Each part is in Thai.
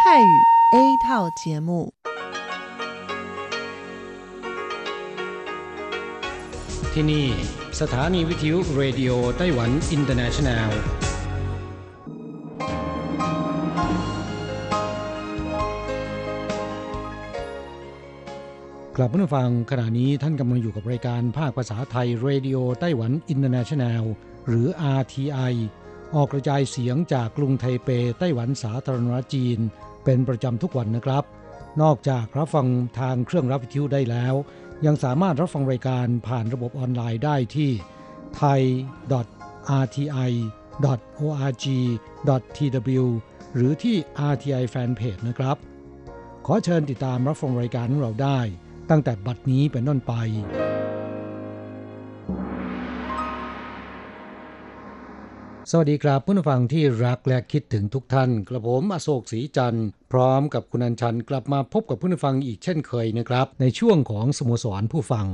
泰语 A 套节目ที่นี่สถานีวิทยุเรดิโอไต้หวันอินเตอร์เนชั่นแนลกลับมาฟังขณะนี้ท่านกำลังอยู่กับรายการภาคภาษาไทยเรดิโอไต้หวันอินเตอร์เนชั่นแนลหรือ RTI ออกกระจายเสียงจากกรุงไทเปไต้หวันสาธารณรัฐจีนเป็นประจำทุกวันนะครับนอกจากรับฟังทางเครื่องรับวิทยุได้แล้วยังสามารถรับฟังรายการผ่านระบบออนไลน์ได้ที่ thai.rti.org.tw หรือที่ RTI Fanpage นะครับขอเชิญติดตามรับฟังรายการของเราได้ตั้งแต่บัดนี้เป็นต้นไปสวัสดีครับผู้ฟังที่รักและคิดถึงทุกท่านกระผมอโศกศรีจันทร์พร้อมกับคุณอัญชันกลับมาพบกับผู้ฟังอีกเช่นเคยนะครับในช่วงของสโมสรผู้ฟัง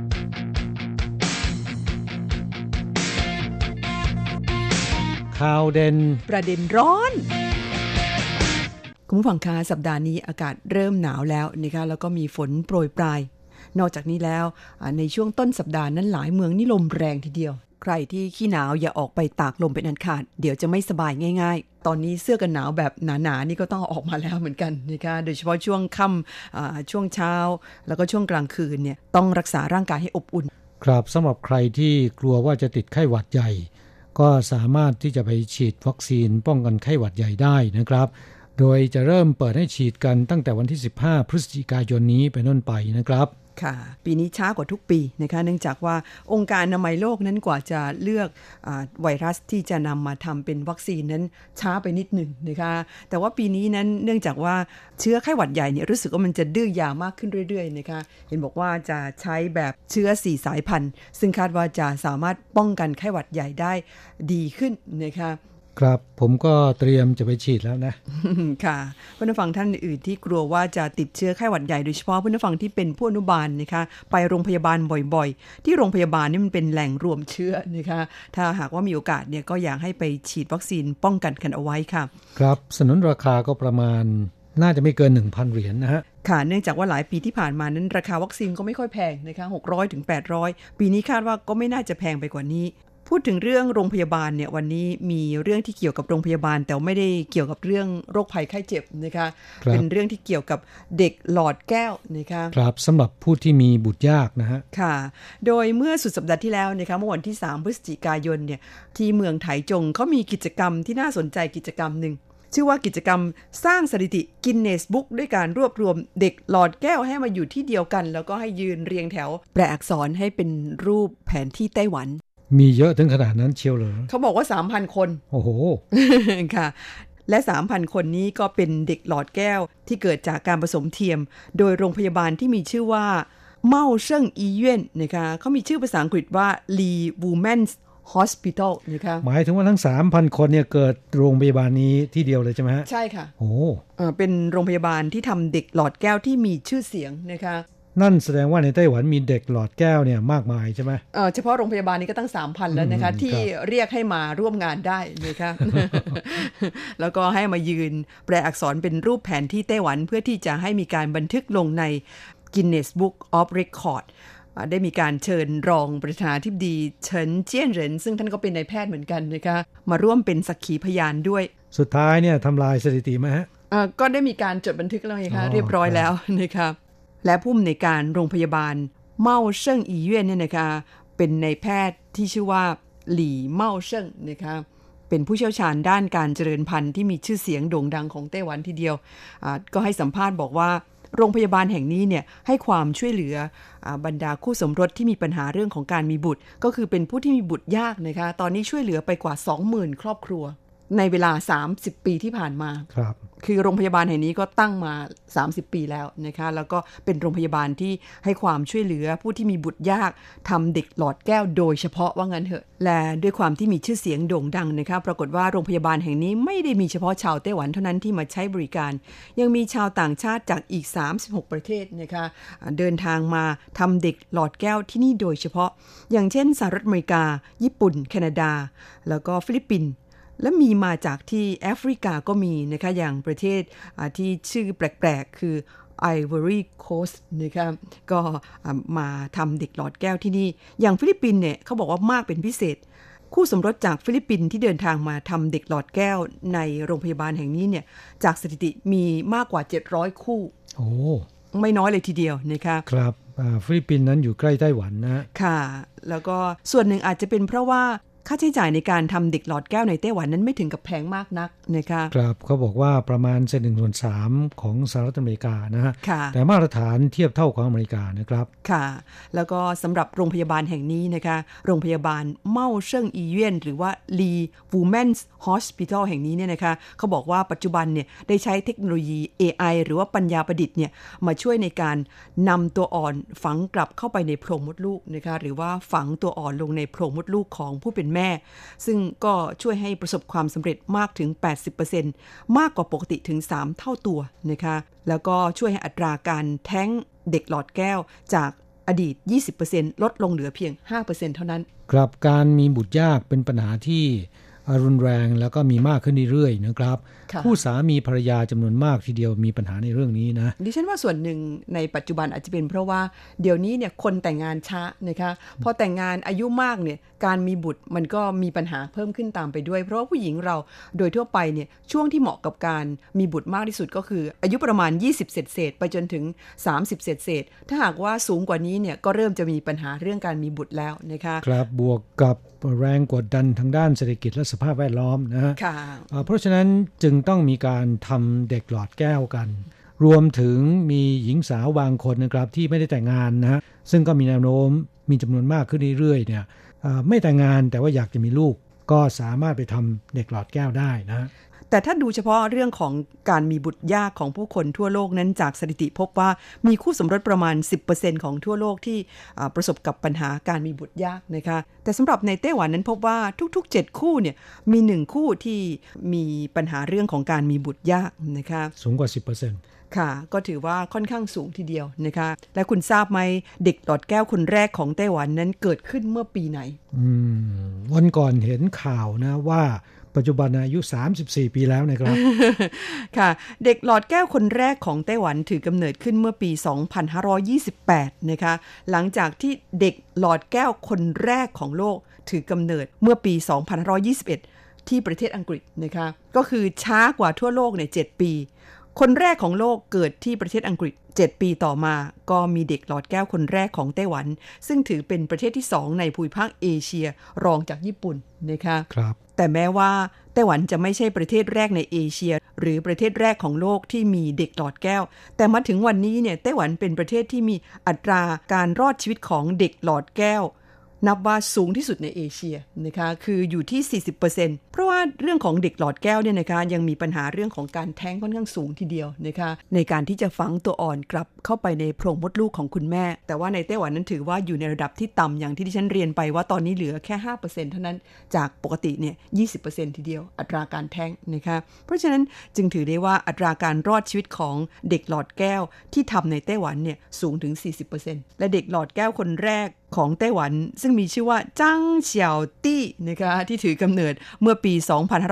ข่าวเด่นประเด็นร้อนคุณผู้ฟังคะสัปดาห์นี้อากาศเริ่มหนาวแล้วนะคะแล้วก็มีฝนโปรยปลายนอกจากนี้แล้วในช่วงต้นสัปดาห์นั้นหลายเมืองนี่ลมแรงทีเดียวใครที่ขี้หนาวอย่าออกไปตากลมเป็นอันขาดเดี๋ยวจะไม่สบายง่ายๆตอนนี้เสื้อกันหนาวแบบหนาๆนี่ก็ต้องออกมาแล้วเหมือนกันนะคะโดยเฉพาะช่วงค่ำช่วงเช้าแล้วก็ช่วงกลางคืนเนี่ยต้องรักษาร่างกายให้อบอุ่นครับสำหรับใครที่กลัวว่าจะติดไข้หวัดใหญ่ก็สามารถที่จะไปฉีดวัคซีนป้องกันไข้หวัดใหญ่ได้นะครับโดยจะเริ่มเปิดให้ฉีดกันตั้งแต่วันที่15พฤศจิกายนนี้เป็นต้นไปนะครับค่ะปีนี้ช้ากว่าทุกปีนะคะเนื่องจากว่าองค์การอนามัยโลกนั้นกว่าจะเลือกไวรัสที่จะนำมาทำเป็นวัคซีนนั้นช้าไปนิดหนึ่งนะคะแต่ว่าปีนี้นั้นเนื่องจากว่าเชื้อไข้หวัดใหญ่เนี่ยรู้สึกว่ามันจะดื้อยามากขึ้นเรื่อยๆนะคะเห็นบอกว่าจะใช้แบบเชื้อ4สายพันธุ์ซึ่งคาดว่าจะสามารถป้องกันไข้หวัดใหญ่ได้ดีขึ้นนะคะครับผมก็เตรียมจะไปฉีดแล้วนะค่ะผู้ฟังท่านอื่นที่กลัวว่าจะติดเชื้อไข้หวัดใหญ่โดยเฉพาะผู้ฟังที่เป็นผู้อนุบาลนะคะไปโรงพยาบาลบ่อยๆที่โรงพยาบาลนี่มันเป็นแหล่งรวมเชื้อนะคะถ้าหากว่ามีโอกาสเนี่ยก็อยากให้ไปฉีดวัคซีนป้องกันกันเอาไว้ค่ะครับสนุนราคาก็ประมาณน่าจะไม่เกิน 1,000 เหรียญนะฮะค่ะเนื่องจากว่าหลายปีที่ผ่านมานั้นราคาวัคซีนก็ไม่ค่อยแพงนะคะ600ถึง800ปีนี้คาดว่าก็ไม่น่าจะแพงไปกว่านี้พูดถึงเรื่องโรงพยาบาลเนี่ยวันนี้มีเรื่องที่เกี่ยวกับโรงพยาบาลแต่ไม่ได้เกี่ยวกับเรื่องโรคภัยไข้เจ็บนะคะเป็นเรื่องที่เกี่ยวกับเด็กหลอดแก้วนะคะครับสำหรับผู้ที่มีบุตรยากนะฮะค่ะโดยเมื่อสุดสัปดาห์ที่แล้วนะคะเมื่อวันที่3พฤศจิกายนเนี่ยที่เมืองไถจงเขามีกิจกรรมที่น่าสนใจกิจกรรมหนึ่งชื่อว่ากิจกรรมสร้างสถิติกินเนสบุ๊กด้วยการรวบรวมเด็กหลอดแก้วให้มาอยู่ที่เดียวกันแล้วก็ให้ยืนเรียงแถวแปลอักษรให้เป็นรูปแผนที่ไต้หวันมีเยอะถึงขนาดนั้นเชียวเหรอเขาบอกว่า 3,000 คนโอ้โหค่ะและ 3,000 คนนี้ก็เป็นเด็กหลอดแก้วที่เกิดจากการผสมเทียมโดยโรงพยาบาลที่มีชื่อว่าเม่าเซิ่งอีเย่นนะคะเขามีชื่อภาษาอังกฤษว่า Lee Women's Hospital นะคะหมายถึงว่าทั้ง 3,000 คนเนี่ยเกิดโรงพยาบาลนี้ที่เดียวเลยใช่ไหมฮะใช่ค่ะโอ้เป็นโรงพยาบาลที่ทำเด็กหลอดแก้วที่มีชื่อเสียงนะคะนั่นแสดงว่าในไต้หวันมีเด็กหลอดแก้วเนี่ยมากมายใช่ไหมเฉพาะโรงพยาบาลนี้ก็ตั้ง 3,000 แล้วนะคะที่เรียกให้มาร่วมงานได้นะคะ แล้วก็ให้มายืนแปลอักษรเป็นรูปแผนที่ไต้หวันเพื่อที่จะให้มีการบันทึกลงใน Guinness Book of Record ได้มีการเชิญรองประธานาธิบดีเฉินเจี้ยนเหรินซึ่งท่านก็เป็นนายแพทย์เหมือนกันนะคะมาร่วมเป็นสักขีพยานด้วยสุดท้ายเนี่ยทำลายสถิติไหมฮะก็ได้มีการจดบันทึกแล้วนะคะเรียบร้อยแล้วนะคะและผู้อำนวยการโรงพยาบาลเม่าเซิ่งอีเย่นเนี่ยนะคะเป็นนายแพทย์ที่ชื่อว่าหลี่เม่าเซิ่งนะคะเป็นผู้เชี่ยวชาญด้านการเจริญพันธุ์ที่มีชื่อเสียงโด่งดังของไต้หวันทีเดียวก็ให้สัมภาษณ์บอกว่าโรงพยาบาลแห่งนี้เนี่ยให้ความช่วยเหลือบรรดาคู่สมรสที่มีปัญหาเรื่องของการมีบุตรก็คือเป็นผู้ที่มีบุตรยากนะคะตอนนี้ช่วยเหลือไปกว่า 20,000 ครอบครัวในเวลา30ปีที่ผ่านมาครับคือโรงพยาบาลแห่งนี้ก็ตั้งมา30ปีแล้วนะคะแล้วก็เป็นโรงพยาบาลที่ให้ความช่วยเหลือผู้ที่มีบุตรยากทำเด็กหลอดแก้วโดยเฉพาะว่างั้นเถอะและด้วยความที่มีชื่อเสียงโด่งดังนะคะปรากฏว่าโรงพยาบาลแห่งนี้ไม่ได้มีเฉพาะชาวไต้หวันเท่านั้นที่มาใช้บริการยังมีชาวต่างชาติจากอีก36ประเทศนะคะเดินทางมาทำเด็กหลอดแก้วที่นี่โดยเฉพาะอย่างเช่นสหรัฐอเมริกาญี่ปุ่นแคนาดาแล้วก็ฟิลิปปินส์และมีมาจากที่แอฟริกาก็มีนะคะอย่างประเทศที่ชื่อแปลกๆคือIvory Coast นะคะก็มาทำเด็กหลอดแก้วที่นี่อย่างฟิลิปปินส์เนี่ยเขาบอกว่ามากเป็นพิเศษคู่สมรสจากฟิลิปปินส์ที่เดินทางมาทำเด็กหลอดแก้วในโรงพยาบาลแห่งนี้เนี่ยจากสถิติมีมากกว่า700คู่โอ้ไม่น้อยเลยทีเดียวนะคะครับฟิลิปปินส์นั้นอยู่ใกล้ไต้หวันนะค่ะแล้วก็ส่วนหนึ่งอาจจะเป็นเพราะว่าค่าใช้จ่ายในการทำเด็กหลอดแก้วในไต้หวันนั้นไม่ถึงกับแพงมากนักนะคะครับเขาบอกว่าประมาณ1/3ของสหรัฐอเมริกานะฮะแต่มาตรฐานเทียบเท่าของอเมริกานะครับค่ะแล้วก็สำหรับโรงพยาบาลแห่งนี้นะคะโรงพยาบาลเม่าเซิ่งอีเยี่ยนหรือว่า Lee Women's Hospital แห่งนี้เนี่ยนะคะเขาบอกว่าปัจจุบันเนี่ยได้ใช้เทคโนโลยี AI หรือว่าปัญญาประดิษฐ์เนี่ยมาช่วยในการนำตัวอ่อนฝังกลับเข้าไปในโพรงมดลูกนะคะหรือว่าฝังตัวอ่อนลงในโพรงมดลูกของผู้เป็นแม่ซึ่งก็ช่วยให้ประสบความสำเร็จมากถึง 80% มากกว่าปกติถึง3เท่าตัวนะคะแล้วก็ช่วยให้อัตราการแท้งเด็กหลอดแก้วจากอดีต 20% ลดลงเหลือเพียง 5% เท่านั้นครับการมีบุตรยากเป็นปัญหาที่รุนแรงแล้วก็มีมากขึ้นเรื่อยๆนะครับผู้สามีภรรยาจำนวนมากทีเดียวมีปัญหาในเรื่องนี้นะดิฉันว่าส่วนหนึ่งในปัจจุบันอาจจะเป็นเพราะว่าเดี๋ยวนี้เนี่ยคนแต่งงานช้านะคะพอแต่งงานอายุมากเนี่ยการมีบุตรมันก็มีปัญหาเพิ่มขึ้นตามไปด้วยเพราะว่าผู้หญิงเราโดยทั่วไปเนี่ยช่วงที่เหมาะกับการมีบุตรมากที่สุดก็คืออายุประมาณ20เศษไปจนถึง30เศษถ้าหากว่าสูงกว่านี้เนี่ยก็เริ่มจะมีปัญหาเรื่องการมีบุตรแล้วนะคะครับบวกกับแรงกดดันทางด้านเศรษฐกิจและสภาพแวดล้อมนะฮะเพราะฉะนั้นจึงต้องมีการทำเด็กหลอดแก้วกันรวมถึงมีหญิงสาวบางคนนะครับที่ไม่ได้แต่งงานนะฮะซึ่งก็มีแนวโน้มมีจำนวนมากขึ้นเรื่อยๆเนี่ยไม่แต่งงานแต่ว่าอยากจะมีลูกก็สามารถไปทำเด็กหลอดแก้วได้นะแต่ถ้าดูเฉพาะเรื่องของการมีบุตรยากของผู้คนทั่วโลกนั้นจากสถิติพบว่ามีคู่สมรสประมาณ 10% ของทั่วโลกที่ประสบกับปัญหาการมีบุตรยากนะคะแต่สำหรับในไต้หวันนั้นพบว่าทุกๆ7คู่เนี่ยมี1คู่ที่มีปัญหาเรื่องของการมีบุตรยากนะคะสูงกว่า 10% ค่ะก็ถือว่าค่อนข้างสูงทีเดียวนะคะและคุณทราบไหมเด็กหลอดแก้วคนแรกของไต้หวันนั้นเกิดขึ้นเมื่อปีไหนวันก่อนเห็นข่าวนะว่าปัจจุบันอายุ34ปีแล้วนะครับค่ะเด็กหลอดแก้วคนแรกของไต้หวันถือกำเนิดขึ้นเมื่อปี2528นะคะหลังจากที่เด็กหลอดแก้วคนแรกของโลกถือกำเนิดเมื่อปี2521ที่ประเทศอังกฤษนะคะก็คือช้ากว่าทั่วโลกเนี่ย7ปีคนแรกของโลกเกิดที่ประเทศอังกฤษ7ปีต่อมาก็มีเด็กหลอดแก้วคนแรกของไต้หวันซึ่งถือเป็นประเทศที่2ในภูมิภาคเอเชียรองจากญี่ปุ่นนะคะครับแต่แม้ว่าไต้หวันจะไม่ใช่ประเทศแรกในเอเชียหรือประเทศแรกของโลกที่มีเด็กหลอดแก้วแต่มาถึงวันนี้เนี่ยไต้หวันเป็นประเทศที่มีอัตราการรอดชีวิตของเด็กหลอดแก้วนับว่าสูงที่สุดในเอเชียนะคะคืออยู่ที่ 40% เพราะว่าเรื่องของเด็กหลอดแก้วเนี่ยนะคะยังมีปัญหาเรื่องของการแท้งค่อนข้างสูงทีเดียวนะคะในการที่จะฝังตัวอ่อนกลับเข้าไปในโพรงมดลูกของคุณแม่แต่ว่าในไต้หวันนั้นถือว่าอยู่ในระดับที่ต่ำอย่างที่ดิฉันเรียนไปว่าตอนนี้เหลือแค่ 5% เท่านั้นจากปกติเนี่ย 20% ทีเดียวอัตราการแท้งนะคะเพราะฉะนั้นจึงถือได้ว่าอัตราการรอดชีวิตของเด็กหลอดแก้วที่ทำในไต้หวันเนี่ยสูงถึง 40% และเด็กหลอดแก้วคนแรกของไต้หวันซึ่งมีชื่อว่าจังเฉียวตี้นะคะที่ถือกำเนิดเมื่อปี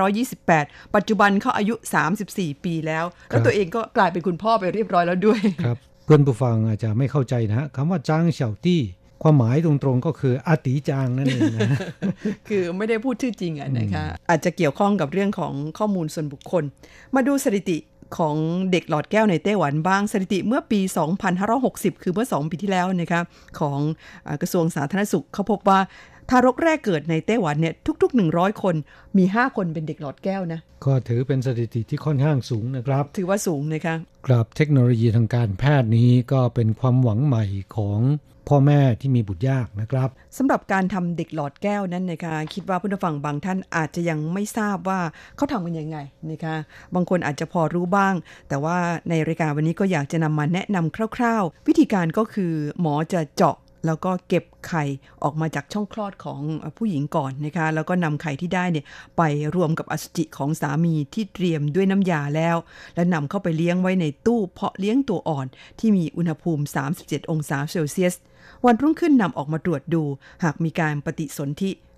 2528ปัจจุบันเขาอายุ34ปีแล้วแล้วตัวเองก็กลายเป็นคุณพ่อไปเรียบร้อยแล้วด้วยครับเพื่อนผู้ฟังอาจจะไม่เข้าใจนะคำว่าจังเฉียวตี้ความหมายตรงๆก็คืออาตีจางนั่นเองนะคือไม่ได้พูดชื่อจริงนะคะอาจจะเกี่ยวข้องกับเรื่องของข้อมูลส่วนบุคคลมาดูสถิติของเด็กหลอดแก้วในไต้หวันบ้างสถิติเมื่อปี2560คือเมื่อ2ปีที่แล้วนะคะของกระทรวงสาธารณสุขเขาพบว่าทารกแรกเกิดในไต้หวันเนี่ยทุกๆ100คนมี5คนเป็นเด็กหลอดแก้วนะก็ถือเป็นสถิติที่ค่อนข้างสูงนะครับถือว่าสูงนะคะครับเทคโนโลยีทางการแพทย์นี้ก็เป็นความหวังใหม่ของพ่อแม่ที่มีบุตรยากนะครับสำหรับการทำเด็กหลอดแก้วนั้นนะคะคิดว่าผู้ฟังบางท่านอาจจะยังไม่ทราบว่าเขาทำกันยังไงนะคะบางคนอาจจะพอรู้บ้างแต่ว่าในรายการวันนี้ก็อยากจะนำมาแนะนำคร่าวๆวิธีการก็คือหมอจะเจาะแล้วก็เก็บไข่ออกมาจากช่องคลอดของผู้หญิงก่อนนะคะแล้วก็นำไข่ที่ได้เนี่ยไปรวมกับอสุจิของสามีที่เตรียมด้วยน้ำยาแล้วนำเข้าไปเลี้ยงไว้ในตู้เพาะเลี้ยงตัวอ่อนที่มีอุณหภูมิ37องศาเซลเซียสวันรุ่งขึ้นนำออกมาตรวจดูหากมีการปฏิสนธิ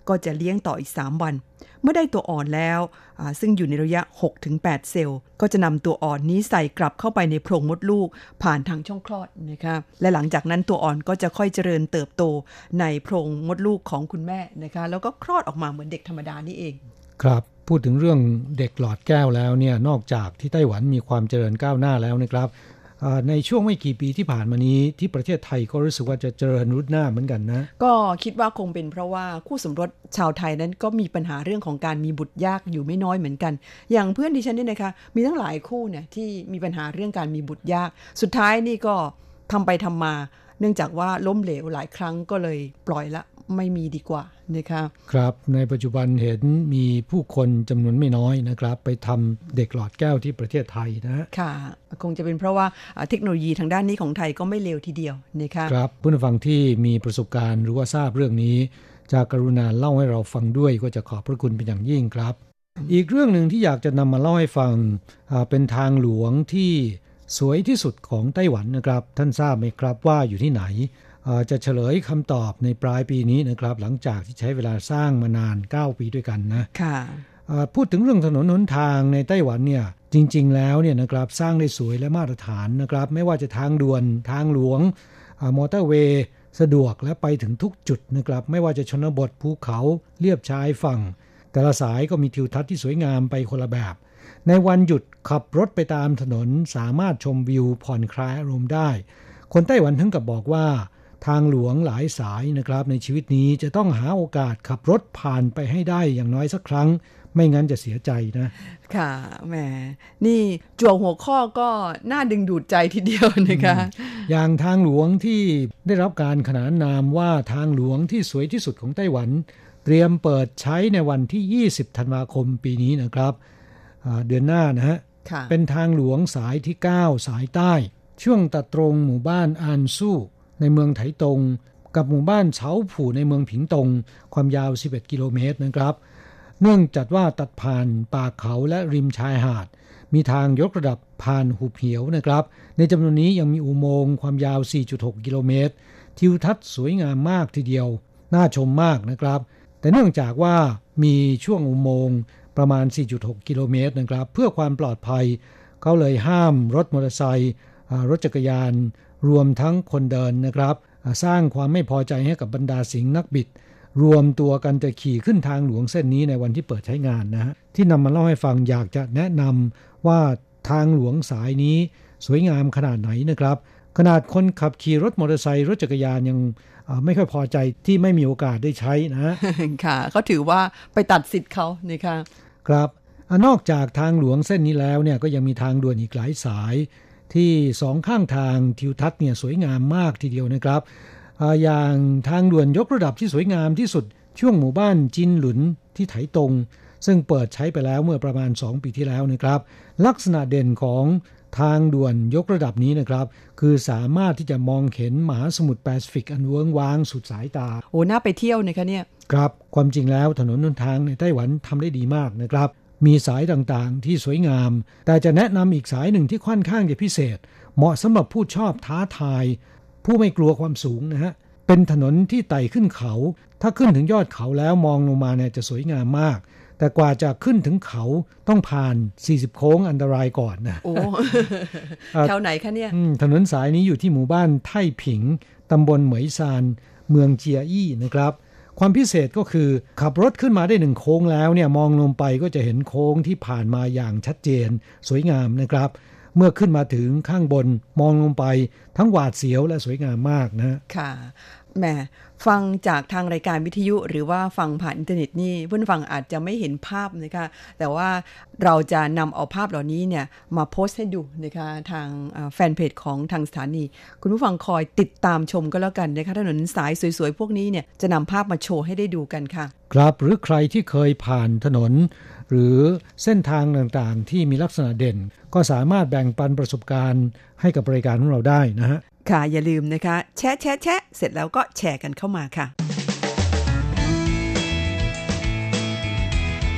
ก็จะเลี้ยงต่ออีก3วันเมื่อได้ตัวอ่อนแล้วซึ่งอยู่ในระยะ 6-8 เซลล์ก็จะนำตัวอ่อนนี้ใส่กลับเข้าไปในโพรงมดลูกผ่านทางช่องคลอดนะคะและหลังจากนั้นตัวอ่อนก็จะค่อยเจริญเติบโตในโพรงมดลูกของคุณแม่นะคะแล้วก็คลอดออกมาเหมือนเด็กธรรมดานี่เองครับพูดถึงเรื่องเด็กหลอดแก้วแล้วเนี่ยนอกจากที่ไต้หวันมีความเจริญก้าวหน้าแล้วนะครับในช่วงไม่กี่ปีที่ผ่านมานี้ที่ประเทศไทยก็รู้สึกว่าจะเจริญรุ่งหน้าเหมือนกันนะก็คิดว่าคงเป็นเพราะว่าคู่สมรสชาวไทยนั้นก็มีปัญหาเรื่องของการมีบุตรยากอยู่ไม่น้อยเหมือนกันอย่างเพื่อนดิฉันนี่นะคะมีทั้งหลายคู่เนี่ยที่มีปัญหาเรื่องการมีบุตรยากสุดท้ายนี่ก็ทำไปทำมาเนื่องจากว่าล้มเหลวหลายครั้งก็เลยปล่อยละไม่มีดีกว่านะคะครับในปัจจุบันเห็นมีผู้คนจำนวนไม่น้อยนะครับไปทำเด็กหลอดแก้วที่ประเทศไทยนะค่ะคงจะเป็นเพราะว่าเทคโนโลยีทางด้านนี้ของไทยก็ไม่เลวทีเดียวนะคะครับผู้ฟังที่มีประสบการณ์หรือว่าทราบเรื่องนี้จะกรุณาเล่าให้เราฟังด้วยก็จะขอบพระคุณเป็นอย่างยิ่งครับอีกเรื่องหนึ่งที่อยากจะนำมาเล่าให้ฟังเป็นทางหลวงที่สวยที่สุดของไต้หวันนะครับท่านทราบไหมครับว่าอยู่ที่ไหนจะเฉลยคำตอบในปลายปีนี้นะครับหลังจากที่ใช้เวลาสร้างมานาน9ปีด้วยกันนะค่ะพูดถึงเรื่องถนนหนทางในไต้หวันเนี่ยจริงๆแล้วเนี่ยนะครับสร้างได้สวยและมาตรฐานนะครับไม่ว่าจะทางด่วนทางหลวงมอเตอร์เวย์สะดวกและไปถึงทุกจุดนะครับไม่ว่าจะชนบทภูเขาเลียบชายฝั่งแต่ละสายก็มีทิวทัศน์ที่สวยงามไปคนละแบบในวันหยุดขับรถไปตามถนนสามารถชมวิวผ่อนคลายอารมณ์ได้คนไต้หวันถึงกับบอกว่าทางหลวงหลายสายนะครับในชีวิตนี้จะต้องหาโอกาสขับรถผ่านไปให้ได้อย่างน้อยสักครั้งไม่งั้นจะเสียใจนะค่ะแหมนี่จั่วหัวข้อก็น่าดึงดูดใจทีเดียวนะคะอย่างทางหลวงที่ได้รับการขนานนามว่าทางหลวงที่สวยที่สุดของไต้หวันเตรียมเปิดใช้ในวันที่20ธันวาคมปีนี้นะครับเดือนหน้านะฮะเป็นทางหลวงสายที่9สายใต้ช่วงตัดตรงหมู่บ้านอานซู่ในเมืองไถตงกับหมู่บ้านเฉาผู่ในเมืองผิงตงความยาว11กิโลเมตรนะครับเนื่องจากว่าตัดผ่านป่าเขาและริมชายหาดมีทางยกระดับผ่านหุบเหวนะครับในจำนวนนี้ยังมีอุโมงค์ความยาว 4.6 กิโลเมตรทิวทัศน์สวยงามมากทีเดียวน่าชมมากนะครับแต่เนื่องจากว่ามีช่วงอุโมงค์ประมาณ 4.6 กิโลเมตรนะครับเพื่อความปลอดภัยเขาเลยห้ามรถมอเตอร์ไซค์รถจักรยานรวมทั้งคนเดินนะครับสร้างความไม่พอใจให้กับบรรดาสิงห์นักบิดรวมตัวกันจะขี่ขึ้นทางหลวงเส้นนี้ในวันที่เปิดใช้งานนะฮะที่นำมาเล่าให้ฟังอยากจะแนะนำว่าทางหลวงสายนี้สวยงามขนาดไหนนะครับขนาดคนขับขี่รถมอเตอร์ไซค์รถจักรยานยังไม่ค่อยพอใจที่ไม่มีโอกาสได้ใช้นะค่ะเขาถือว่าไปตัดสิทธิ์เขานะคะครับนอกจากทางหลวงเส้นนี้แล้วเนี่ยก็ยังมีทางด่วนอีกหลายสายที่สองข้างทางทิวทัศน์เนี่ยสวยงามมากทีเดียวนะครับอย่างทางด่วนยกระดับที่สวยงามที่สุดช่วงหมู่บ้านจินหลุนที่ไถตงซึ่งเปิดใช้ไปแล้วเมื่อประมาณ2ปีที่แล้วนะครับลักษณะเด่นของทางด่วนยกระดับนี้นะครับคือสามารถที่จะมองเห็นมหาสมุทรแปซิฟิกอันเวิ้งว้างสุดสายตาโอ้น่าไปเที่ยวนะคะเนี่ยครับความจริงแล้วถนนหนทางในไต้หวันทำได้ดีมากนะครับมีสายต่างๆที่สวยงามแต่จะแนะนำอีกสายหนึ่งที่ค่อนข้างจะพิเศษเหมาะสำหรับผู้ชอบท้าทายผู้ไม่กลัวความสูงนะฮะเป็นถนนที่ไต่ขึ้นเขาถ้าขึ้นถึงยอดเขาแล้วมองลงมาเนี่ยจะสวยงามมากแต่กว่าจะขึ้นถึงเขาต้องผ่าน40โค้งอันตรายก่อนนะโอ้ แถวไหนคะเนี่ยถนนสายนี้อยู่ที่หมู่บ้านไท่ผิงตำบลเหมยซานเมืองเจียอี้นะครับความพิเศษก็คือขับรถขึ้นมาได้1โค้งแล้วเนี่ยมองลงไปก็จะเห็นโค้งที่ผ่านมาอย่างชัดเจนสวยงามนะครับเมื่อขึ้นมาถึงข้างบนมองลงไปทั้งหวาดเสียวและสวยงามมากนะค่ะแหมฟังจากทางรายการวิทยุหรือว่าฟังผ่านอินเทอร์เน็ตนี่เพื่อนฟังอาจจะไม่เห็นภาพนะคะแต่ว่าเราจะนำเอาภาพเหล่านี้เนี่ยมาโพสต์ให้ดูนะคะทางแฟนเพจของทางสถานีคุณผู้ฟังคอยติดตามชมก็แล้วกันนะคะถนนสายสวยๆพวกนี้เนี่ยจะนำภาพมาโชว์ให้ได้ดูกันค่ะครับหรือใครที่เคยผ่านถนนหรือเส้นทางต่างๆที่มีลักษณะเด่นก็สามารถแบ่งปันประสบการณ์ให้กับรายการของเราได้นะฮะค่ะอย่าลืมนะคะแชะเสร็จแล้วก็แชร์กันเข้ามาค่ะ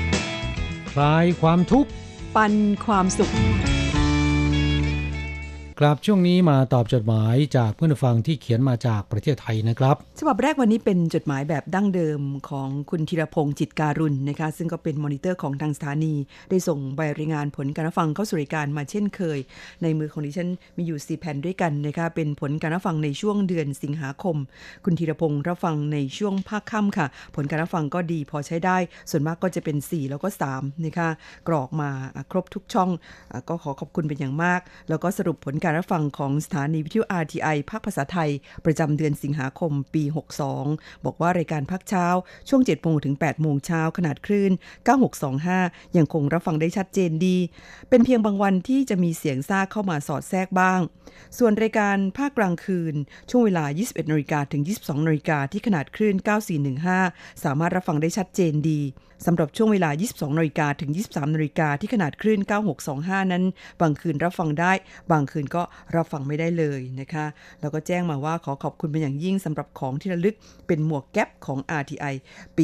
คลายความทุกข์ปันความสุขครับช่วงนี้มาตอบจดหมายจากเพื่อนผู้ฟังที่เขียนมาจากประเทศไทยนะครับฉบับแรกวันนี้เป็นจดหมายแบบดั้งเดิมของคุณธีรพงษ์จิตการุณนะคะซึ่งก็เป็นมอนิเตอร์ของทางสถานีได้ส่งใบรายงานผลการรับฟังเข้าสู่รายการมาเช่นเคยในมือของดิฉันมีอยู่4แผ่นด้วยกันนะคะเป็นผลการรับฟังในช่วงเดือนสิงหาคมคุณธีรพงษ์รับฟังในช่วงภาคค่ำค่ะผลการรับฟังก็ดีพอใช้ได้ส่วนมากก็จะเป็น4แล้วก็3นะคะกรอกมาครบทุกช่องก็ขอบคุณเป็นอย่างมากแล้วก็สรุปผลการรับฟังของสถานีวิทยุ RTI ภาคภาษาไทยประจำเดือนสิงหาคมปี62บอกว่ารายการภาคเช้าช่วง 7:00 นถึง 8:00 นเช้าขนาดคลื่น9625ยังคงรับฟังได้ชัดเจนดีเป็นเพียงบางวันที่จะมีเสียงซ่าเข้ามาสอดแทรกบ้างส่วนรายการภาคกลางคืนช่วงเวลา 21:00 นถึง 22:00 นที่ขนาดคลื่น9415สามารถรับฟังได้ชัดเจนดีสำหรับช่วงเวลา 22:00 นถึง 23:00 นที่ขนาดคลื่น9625นั้นบางคืนรับฟังได้บางคืนก็รับฟังไม่ได้เลยนะคะแล้วก็แจ้งมาว่าขอขอบคุณเป็นอย่างยิ่งสำหรับของที่ระลึกเป็นหมวกแก๊ปของ RTI ปี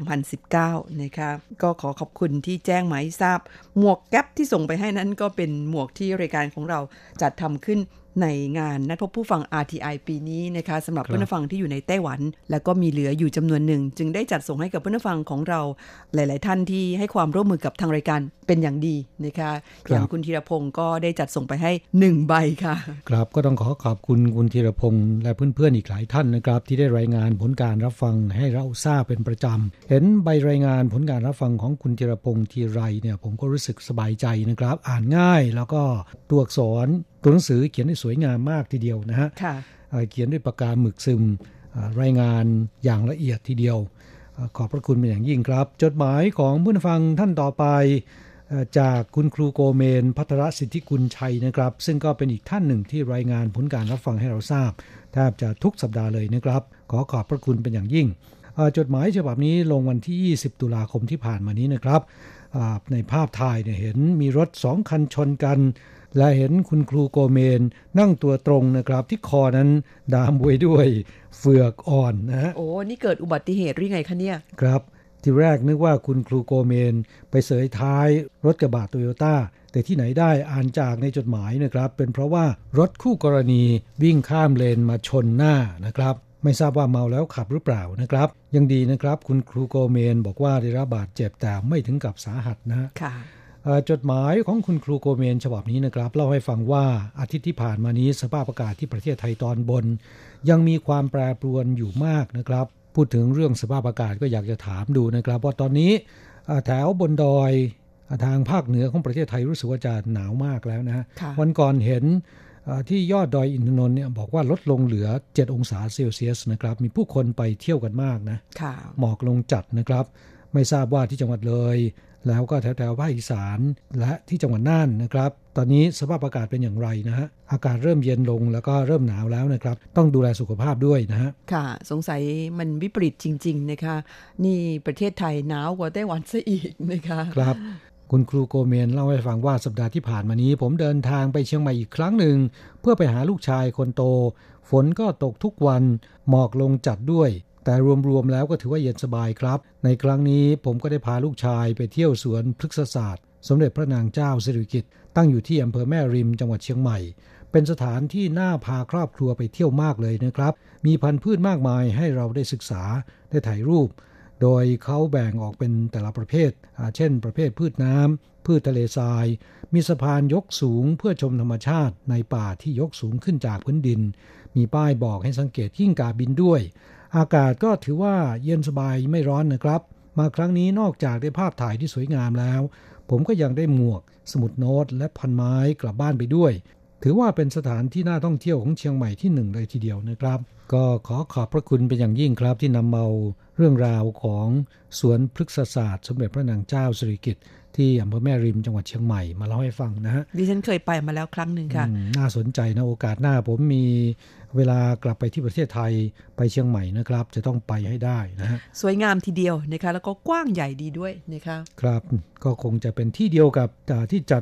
2019 นะคะก็ขอขอบคุณที่แจ้งมาให้ทราบหมวกแก๊ปที่ส่งไปให้นั้นก็เป็นหมวกที่รายการของเราจัดทำขึ้นในงานนัดพบผู้ฟัง RTI ปีนี้นะคะสำหรับเพื่อนผู้ฟังที่อยู่ในไต้หวันแล้วก็มีเหลืออยู่จำนวนหนึ่งจึงได้จัดส่งให้กับเพื่อนผู้ฟังของเราหลายๆท่านที่ให้ความร่วมมือกับทางรายการเป็นอย่างดีนะคะอย่างคุณธีรพงศ์ก็ได้จัดส่งไปให้1ใบค่ะครับก็ต้องขอบคุณคุณธีรพงศ์และเพื่อนๆอีกหลายท่านนะครับที่ได้รายงานผลการรับฟังให้เราทราบเป็นประจำเห็นใบรายงานผลการรับฟังของคุณธีรพงศ์ทีไรเนี่ยผมก็รู้สึกสบายใจนะครับอ่านง่ายแล้วก็ตัวอักษรตัวหนังสือเขียนได้สวยงามมากทีเดียวนะฮะเขียนด้วยปากกาหมึกซึมรายงานอย่างละเอียดทีเดียวขอบพระคุณเป็นอย่างยิ่งครับจดหมายของผู้ฟังท่านต่อไปจากคุณครูโกเมนภัทรสิทธิกุลชัยนะครับซึ่งก็เป็นอีกท่านหนึ่งที่รายงานผลการรับฟังให้เราทราบแทบจะทุกสัปดาห์เลยนะครับขอบพระคุณเป็นอย่างยิ่งจดหมายฉบับนี้ลงวันที่20ตุลาคมที่ผ่านมานี้นะครับในภาพถ่ายเนี่ยเห็นมีรถ2คันชนกันและเห็นคุณครูโกเมนนั่งตัวตรงนะครับที่คอนั้นดามไว้ด้วยเฟือกอ่อนนะฮะโอ้นี่เกิดอุบัติเหตุหรือไงคะเนี่ยครับที่แรกนึกว่าคุณครูโกเมนไปเสยท้ายรถกระบะโตโยต้าแต่ที่ไหนได้อ่านจากในจดหมายนะครับเป็นเพราะว่ารถคู่กรณีวิ่งข้ามเลนมาชนหน้านะครับไม่ทราบว่าเมาแล้วขับหรือเปล่านะครับยังดีนะครับคุณครูโกเมนบอกว่าได้รับบาดเจ็บแต่ไม่ถึงกับสาหัสนะค่ะจดหมายของคุณครูโกเมนฉบับนี้นะครับเล่าให้ฟังว่าอาทิตย์ที่ผ่านมานี้สภาพอากาศที่ประเทศไทยตอนบนยังมีความแปรปรวนอยู่มากนะครับพูดถึงเรื่องสภาพอากาศก็อยากจะถามดูนะครับว่าตอนนี้แถวบนดอยทางภาคเหนือของประเทศไทยรู้สึกว่าจะหนาวมากแล้วนะวันก่อนเห็นที่ยอดดอยอินทนนท์เนี่ยบอกว่าลดลงเหลือ7องศาเซลเซียสนะครับมีผู้คนไปเที่ยวกันมากนะหมอกลงจัดนะครับไม่ทราบว่าที่จังหวัดเลยแล้วก็แถวภาคอีสานและที่จังหวัดน่านนะครับตอนนี้สภาพอากาศเป็นอย่างไรนะฮะอากาศเริ่มเย็นลงแล้วก็เริ่มหนาวแล้วนะครับต้องดูแลสุขภาพด้วยนะฮะค่ะสงสัยมันวิปริตจริงๆนะคะนี่ประเทศไทยหนาวกว่าไต้หวันซะอีกนะคะครับคุณครูโกเมนเล่าให้ฟังว่าสัปดาห์ที่ผ่านมานี้ผมเดินทางไปเชียงใหม่อีกครั้งหนึ่งเพื่อไปหาลูกชายคนโตฝนก็ตกทุกวันหมอกลงจัดด้วยแต่รวมๆแล้วก็ถือว่าเย็นสบายครับในครั้งนี้ผมก็ได้พาลูกชายไปเที่ยวสวนพฤกษศาสตร์สมเด็จพระนางเจ้าสิริกิติ์ตั้งอยู่ที่อำเภอแม่ริมจังหวัดเชียงใหม่เป็นสถานที่น่าพาครอบครัวไปเที่ยวมากเลยนะครับมีพันธุ์พืชมากมายให้เราได้ศึกษาได้ถ่ายรูปโดยเขาแบ่งออกเป็นแต่ละประเภทเช่นประเภทพืชน้ำพืชทะเลทรายมีสะพานยกสูงเพื่อชมธรรมชาติในป่าที่ยกสูงขึ้นจากพื้นดินมีป้ายบอกให้สังเกตกิ้งก่าบินด้วยอากาศก็ถือว่าเย็นสบายไม่ร้อนนะครับมาครั้งนี้นอกจากได้ภาพถ่ายที่สวยงามแล้วผมก็ยังได้หมวกสมุดโน้ตและพันไม้กลับบ้านไปด้วยถือว่าเป็นสถานที่น่าท่องเที่ยวของเชียงใหม่ที่1เลยทีเดียวนะครับก็ขอบพระคุณเป็นอย่างยิ่งครับที่นำเอาเรื่องราวของสวนพฤกษศาสตร์สมเด็จพระนางเจ้าสิริกิติ์ที่อำเภอแม่ริมจังหวัดเชียงใหม่มาเล่าให้ฟังนะฮะดิฉันเคยไปมาแล้วครั้งหนึ่งค่ะน่าสนใจนะโอกาสหน้าผมมีเวลากลับไปที่ประเทศไทยไปเชียงใหม่นะครับจะต้องไปให้ได้นะฮะสวยงามทีเดียวนะคะแล้วก็กว้างใหญ่ดีด้วยนะคะครับก็คงจะเป็นที่เดียวกับที่จัด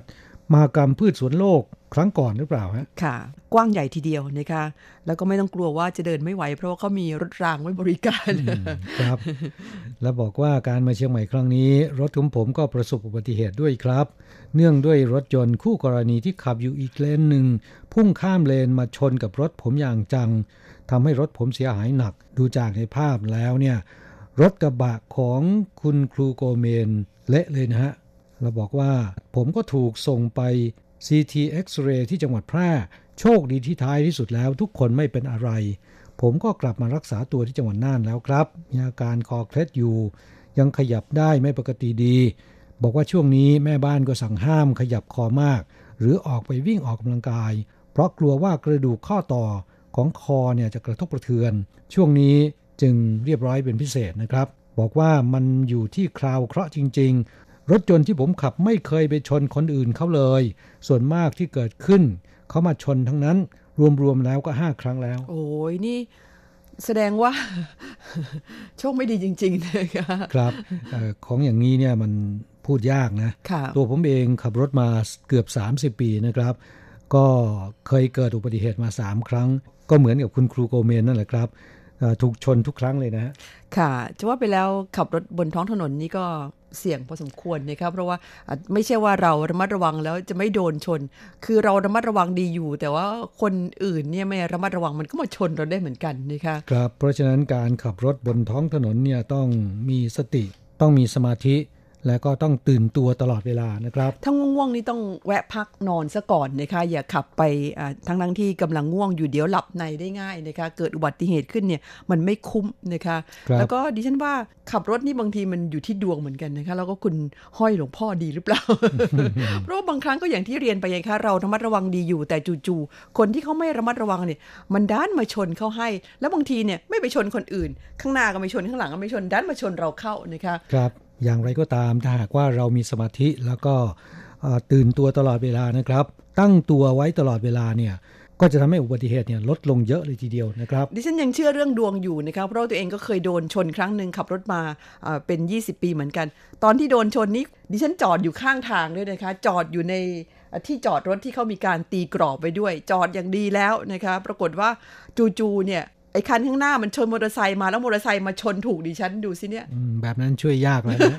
มหกรรมพืชสวนโลกครั้งก่อนหรือเปล่าฮะค่ะกว้างใหญ่ทีเดียวนะคะแล้วก็ไม่ต้องกลัวว่าจะเดินไม่ไหวเพราะว่าเขามีรถรางไว้บริการครับแล้วบอกว่าการมาเชียงใหม่ครั้งนี้รถของผมก็ประสบอุบัติเหตุด้วยครับเนื่องด้วยรถยนต์คู่กรณีที่ขับอยู่อีกเลนหนึ่งพุ่งข้ามเลนมาชนกับรถผมอย่างจังทำให้รถผมเสียหายหนักดูจากในภาพแล้วเนี่ยรถกระบะของคุณครูโกเมนเละเลยนะฮะเราบอกว่าผมก็ถูกส่งไป CT X-ray ที่จังหวัดแพร่โชคดีที่ท้ายที่สุดแล้วทุกคนไม่เป็นอะไรผมก็กลับมารักษาตัวที่จังหวัดน่านแล้วครับมีอาการคอเคล็ดอยู่ยังขยับได้ไม่ปกติดีบอกว่าช่วงนี้แม่บ้านก็สั่งห้ามขยับคอมากหรือออกไปวิ่งออกกำลังกายเพราะกลัวว่ากระดูกข้อต่อของคอเนี่ยจะกระทบกระเทือนช่วงนี้จึงเรียบร้อยเป็นพิเศษนะครับบอกว่ามันอยู่ที่คราวเคราะห์จริงๆรถยนต์ที่ผมขับไม่เคยไปชนคนอื่นเขาเลยส่วนมากที่เกิดขึ้นเขามาชนทั้งนั้นรวมๆแล้วก็5ครั้งแล้วโอ้ยนี่แสดงว่า โชคไม่ดีจริงๆนะคะครับของอย่างนี้เนี่ยมันพูดยากนะตัวผมเองขับรถมาเกือบ30ปีนะครับก็เคยเกิดอุบัติเหตุมา3ครั้งก็เหมือนกับคุณครูโกเมนนั่นแหละครับถูกชนทุกครั้งเลยนะค่ะจะว่าไปแล้วขับรถบนท้องถนนนี่ก็เสี่ยงพอสมควรนะครับเพราะว่าไม่ใช่ว่าเราระมัดระวังแล้วจะไม่โดนชนคือเราระมัดระวังดีอยู่แต่ว่าคนอื่นเนี่ยไม่ระมัดระวังมันก็มาชนเราได้เหมือนกันนะคะครับเพราะฉะนั้นการขับรถบนท้องถนนเนี่ยต้องมีสติต้องมีสมาธิและก็ต้องตื่นตัวตลอดเวลานะครับถ้าง่วงๆนี่ต้องแวะพักนอนซะก่อนนะคะอย่าขับไปทั้งที่กำลังง่วงอยู่เดี๋ยวหลับในได้ง่ายนะคะเกิดอุบัติเหตุขึ้นเนี่ยมันไม่คุ้มนะคะแล้วก็ดิฉันว่าขับรถนี่บางทีมันอยู่ที่ดวงเหมือนกันนะคะแล้วก็คุณห้อยหลวงพ่อดีหรือเปล่า เพราะบางครั้งก็อย่างที่เรียนไปไงคะเราระมัดระวังดีอยู่แต่จู่ๆคนที่เขาไม่ระมัดระวังเนี่ยมันด้านมาชนเข้าให้แล้วบางทีเนี่ยไม่ไปชนคนอื่นข้างหน้าก็ไม่ชนข้างหลังก็ไม่ชนด้านมาชนเราเข้านะคะครับอย่างไรก็ตามถ้าหากว่าเรามีสมาธิแล้วก็ตื่นตัวตลอดเวลานะครับตั้งตัวไว้ตลอดเวลาเนี่ยก็จะทำให้อุบัติเหตุเนี่ยลดลงเยอะเลยทีเดียวนะครับดิฉันยังเชื่อเรื่องดวงอยู่นะครับเพราะตัวเองก็เคยโดนชนครั้งนึงขับรถมาเป็น20ปีเหมือนกันตอนที่โดนชนนี้ดิฉันจอดอยู่ข้างทางด้วยนะคะจอดอยู่ในที่จอดรถที่เขามีการตีกรอบไว้ด้วยจอดอย่างดีแล้วนะคะปรากฏว่าจู่ๆเนี่ยไอ้คันข้างหน้ามันชนมอเตอร์ไซค์มาแล้วมอเตอร์ไซค์มาชนถูกดิฉันดูสิเนี่ยแบบนั้นช่วยยากแล้วนะ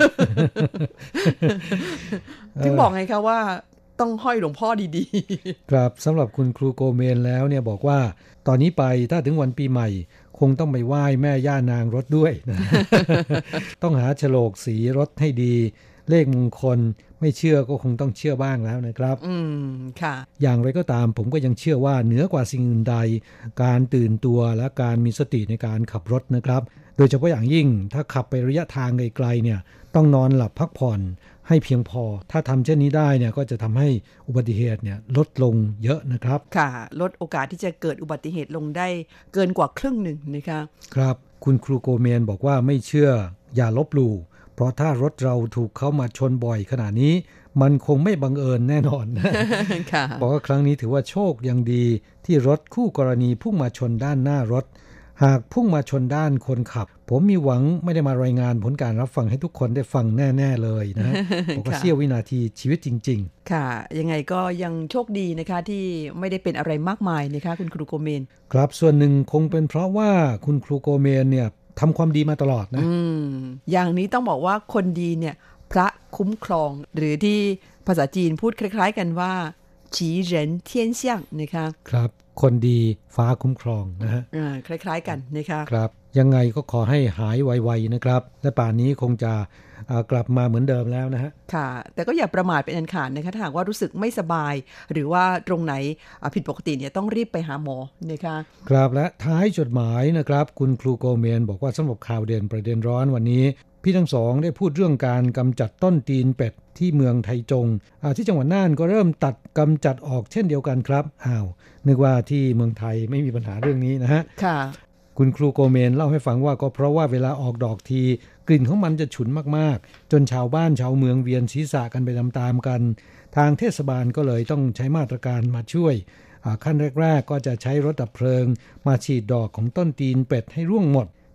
ถึงบอกไงคะว่าต้องห้อยหลวงพ่อดีๆครับสำหรับคุณครูโกเมนแล้วเนี่ยบอกว่าตอนนี้ไปถ้าถึงวันปีใหม่คงต้องไปไหว้แม่ย่านางรถด้วยนะ ต้องหาโฉลกสีรถให้ดีเลขมงคลไม่เชื่อก็คงต้องเชื่อบ้างแล้วนะครับค่ะอย่างไรก็ตามผมก็ยังเชื่อว่าเหนือกว่าสิ่งอื่นใดการตื่นตัวและการมีสติในการขับรถนะครับโดยเฉพาะอย่างยิ่งถ้าขับไประยะทางไกลๆเนี่ยต้องนอนหลับพักผ่อนให้เพียงพอถ้าทำเช่นนี้ได้เนี่ยก็จะทำให้อุบัติเหตุเนี่ยลดลงเยอะนะครับค่ะลดโอกาสที่จะเกิดอุบัติเหตุลงได้เกินกว่าครึ่งหนึ่งนะคะครับคุณครูโกเมนบอกว่าไม่เชื่ออย่าลบหลู่เพราะถ้ารถเราถูกเข้ามาชนบ่อยขนาดนี้มันคงไม่บังเอิญแน่นอน บอกว่าครั้งนี้ถือว่าโชคยังดีที่รถคู่กรณีพุ่งมาชนด้านหน้ารถหากพุ่งมาชนด้านคนขับผมมีหวังไม่ได้มารายงานผลการรับฟังให้ทุกคนได้ฟังแน่ๆเลยนะ บอกว่าเสี้ยววินาทีชีวิตจริงๆค่ะยังไงก็ยังโชคดีนะคะที่ไม่ได้เป็นอะไรมากมายนะคะคุณครูโกเมนครับส่วนหนึ่งคงเป็นเพราะว่าคุณครูโกเมนเนี่ยทำความดีมาตลอดนะอย่างนี้ต้องบอกว่าคนดีเนี่ยพระคุ้มครองหรือที่ภาษาจีนพูดคล้ายๆกันว่าฉีเหรินเทียนเซี่ยงนะคะครับคนดีฟ้าคุ้มครองนะฮะคล้ายๆกันนะคะครับยังไงก็ขอให้หายไวๆนะครับและป่านนี้คงจะกลับมาเหมือนเดิมแล้วนะฮะค่ะแต่ก็อย่าประมาทเป็นอันขาดนะคะถ้าหากว่ารู้สึกไม่สบายหรือว่าตรงไหนผิดปกติเนี่ยต้องรีบไปหาหมอนะคะครับและท้ายจดหมายนะครับคุณครูโกเมนบอกว่าสำหรับข่าวเด่นประเด็นร้อนวันนี้พี่ทั้งสองได้พูดเรื่องการกำจัดต้นตีนเป็ดที่เมืองไทจงที่จังหวัดน่านก็เริ่มตัดกำจัดออกเช่นเดียวกันครับนึกว่าที่เมืองไทยไม่มีปัญหาเรื่องนี้นะฮะค่ะคุณครูโกเมนเล่าให้ฟังว่าก็เพราะว่าเวลาออกดอกทีกลิ่นของมันจะฉุนมากๆจนชาวบ้านชาวเมืองเวียนศีรษะกันไปตามๆกันทางเทศบาลก็เลยต้องใช้มาตรการมาช่วยขั้นแรกๆก็จะใช้รถดับเพลิงมาฉีดดอกของต้นตีนเป็ดให้ร่วงหมด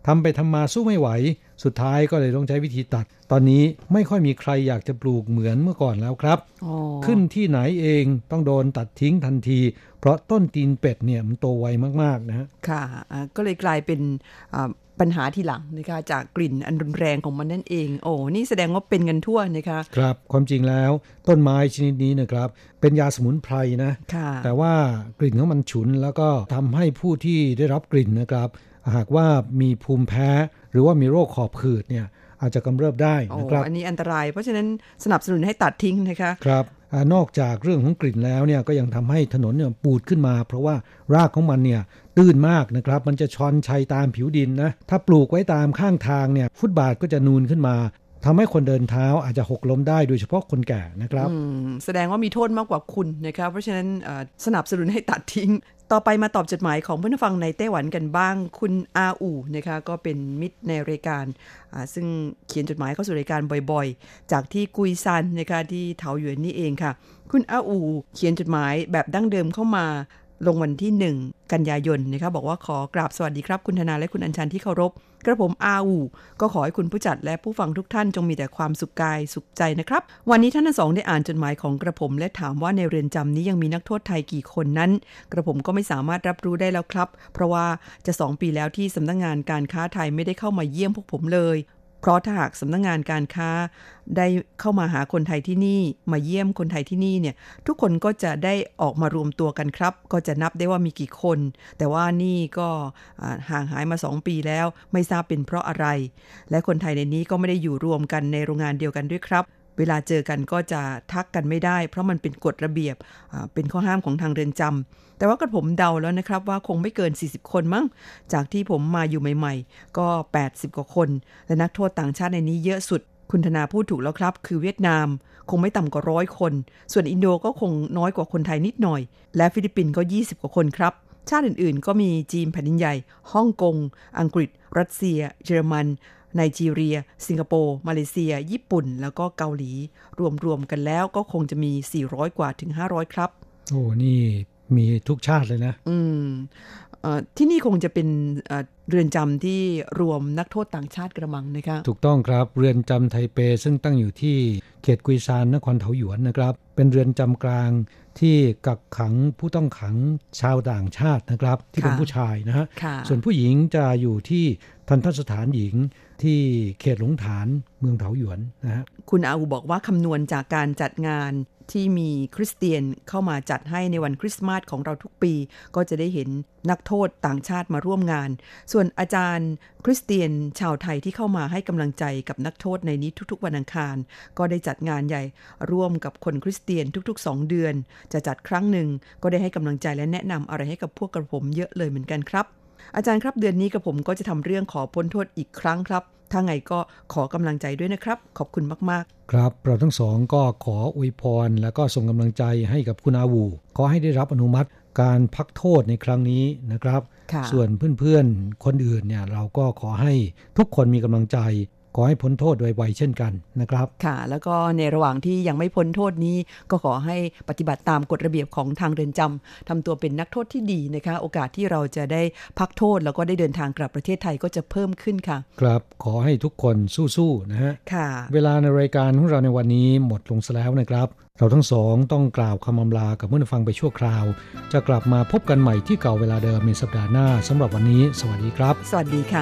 ทำไปทำมาสู้ไม่ไหวสุดท้ายก็เลยต้องใช้วิธีตัดตอนนี้ไม่ค่อยมีใครอยากจะปลูกเหมือนเมื่อก่อนแล้วครับขึ้นที่ไหนเองต้องโดนตัดทิ้งทันทีเพราะต้นตีนเป็ดเนี่ยมันโตไวมากๆนะค่ะก็เลยกลายเป็นปัญหาทีหลังนะคะจากกลิ่นอันรุนแรงของมันนั่นเองโอ้นี่แสดงว่าเป็นกันทั่วนะคะครับความจริงแล้วต้นไม้ชนิดนี้นะครับเป็นยาสมุนไพรนะแต่ว่ากลิ่นของมันฉุนแล้วก็ทำให้ผู้ที่ได้รับกลิ่นนะครับหากว่ามีภูมิแพ้หรือว่ามีโรคหอบหืดเนี่ยอาจจะกำเริบได้นะครับอันนี้อันตรายเพราะฉะนั้นสนับสนุนให้ตัดทิ้งนะคะครับนอกจากเรื่องของกลิ่นแล้วเนี่ยก็ยังทำให้ถนนเนี่ยปูดขึ้นมาเพราะว่ารากของมันเนี่ยตื้นมากนะครับมันจะชอนชัยตามผิวดินนะถ้าปลูกไว้ตามข้างทางเนี่ยฟุตบาทก็จะนูนขึ้นมาทำให้คนเดินเท้าอาจจะหกล้มได้โดยเฉพาะคนแก่นะครับแสดงว่ามีโทษมากกว่าคุณนะครับเพราะฉะนั้นสนับสนุนให้ตัดทิ้งต่อไปมาตอบจดหมายของเพื่อนฟังในไต้หวันกันบ้างคุณอาอู่นะคะก็เป็นมิตรในรายการซึ่งเขียนจดหมายเข้าสู่รายการบ่อยๆจากที่กุยซันนะคะที่เถาหยวนนี่เองค่ะคุณอาอู่เขียนจดหมายแบบดั้งเดิมเข้ามาลงวันที่1กันยายนนะคะบอกว่าขอกราบสวัสดีครับคุณธนาและคุณอัญชันที่เคารพกระผมอาอูก็ขอให้คุณผู้จัดและผู้ฟังทุกท่านจงมีแต่ความสุขกายสุขใจนะครับวันนี้ท่านทั้งสองได้อ่านจดหมายของกระผมและถามว่าในเรือนจำนี้ยังมีนักโทษไทยกี่คนนั้นกระผมก็ไม่สามารถรับรู้ได้แล้วครับเพราะว่าจะ2 ปีแล้วที่สำนักงานการค้าไทยไม่ได้เข้ามาเยี่ยมพวกผมเลยเพราะถ้าหากสำนักงานการค้าได้เข้ามาหาคนไทยที่นี่มาเยี่ยมคนไทยที่นี่เนี่ยทุกคนก็จะได้ออกมารวมตัวกันครับก็จะนับได้ว่ามีกี่คนแต่ว่านี่ก็ห่างหายมา2 ปีแล้วไม่ทราบเป็นเพราะอะไรและคนไทยในนี้ก็ไม่ได้อยู่รวมกันในโรงงานเดียวกันด้วยครับเวลาเจอกันก็จะทักกันไม่ได้เพราะมันเป็นกฎระเบียบเป็นข้อห้ามของทางเรือนจำแต่ว่ากระผมเดาแล้วนะครับว่าคงไม่เกิน40คนมั้งจากที่ผมมาอยู่ใหม่ๆก็80กว่าคนและนักโทษต่างชาติในนี้เยอะสุดคุณธนาพูดถูกแล้วครับคือเวียดนามคงไม่ต่ำกว่า100คนส่วนอินโดก็คงน้อยกว่าคนไทยนิดหน่อยและฟิลิปปินส์ก็20กว่าคนครับชาติอื่นๆก็มีจีนแผ่นดินใหญ่ฮ่องกงอังกฤษรัสเซียเยอรมันไนจีเรียสิงคโปร์มาเลเซียญี่ปุ่นแล้วก็เกาหลีรวมๆกันแล้วก็คงจะมี400กว่าถึง500ครับโอ้นี่มีทุกชาติเลยนะที่นี่คงจะเป็นเรือนจำที่รวมนักโทษต่างชาติกระมังนะคะถูกต้องครับเรือนจำไทเปซึ่งตั้งอยู่ที่เขตกุยซานนครเถาหยวนนะครับเป็นเรือนจำกลางที่กักขังผู้ต้องขังชาวต่างชาตินะครับที่เป็นผู้ชายนะฮะส่วนผู้หญิงจะอยู่ที่ทัณฑสถานหญิงที่เขตหลงฐานเมืองเถาหยวนนะฮะคุณอาอูบอกว่าคำนวณจากการจัดงานที่มีคริสเตียนเข้ามาจัดให้ในวันคริสต์มาสของเราทุกปีก็จะได้เห็นนักโทษต่างชาติมาร่วมงานส่วนอาจารย์คริสเตียนชาวไทยที่เข้ามาให้กำลังใจกับนักโทษในนี้ทุกๆวันอังคารก็ได้จัดงานใหญ่ร่วมกับคนคริสเตียนทุกๆ2 เดือนจะจัดครั้งหนึ่งก็ได้ให้กำลังใจและแนะนำอะไรให้กับพวกกระผมเยอะเลยเหมือนกันครับอาจารย์ครับเดือนนี้กระผมก็จะทำเรื่องขอพ้นโทษอีกครั้งครับถ้าไงก็ขอกำลังใจด้วยนะครับขอบคุณมากๆครับเราทั้งสองก็ขออวยพรแล้วก็ส่งกำลังใจให้กับคุณอาวูขอให้ได้รับอนุมัติการพักโทษในครั้งนี้นะครับส่วนเพื่อนๆคนอื่นเนี่ยเราก็ขอให้ทุกคนมีกำลังใจขอให้พ้นโทษโดยไวเช่นกันนะครับค่ะแล้วก็ในระหว่างที่ยังไม่พ้นโทษนี้ก็ขอให้ปฏิบัติตามกฎระเบียบของทางเรือนจำทำตัวเป็นนักโทษที่ดีนะคะโอกาสที่เราจะได้พักโทษแล้วก็ได้เดินทางกลับประเทศไทยก็จะเพิ่มขึ้นค่ะครับขอให้ทุกคนสู้ๆนะฮะค่ะเวลาในรายการของเราในวันนี้หมดลงซะแล้วนะครับเราทั้งสองต้องกล่าวคำอำลากับผู้ฟังไปชั่วคราวจะกลับมาพบกันใหม่ที่เก่าเวลาเดิมในสัปดาห์หน้าสำหรับวันนี้สวัสดีครับสวัสดีค่ะ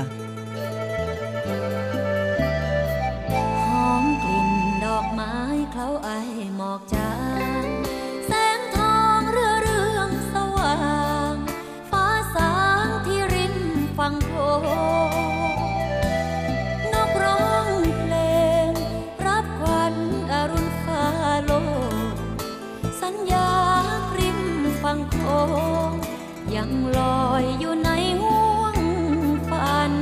ยังลอยอยู่ในห้วงฝัน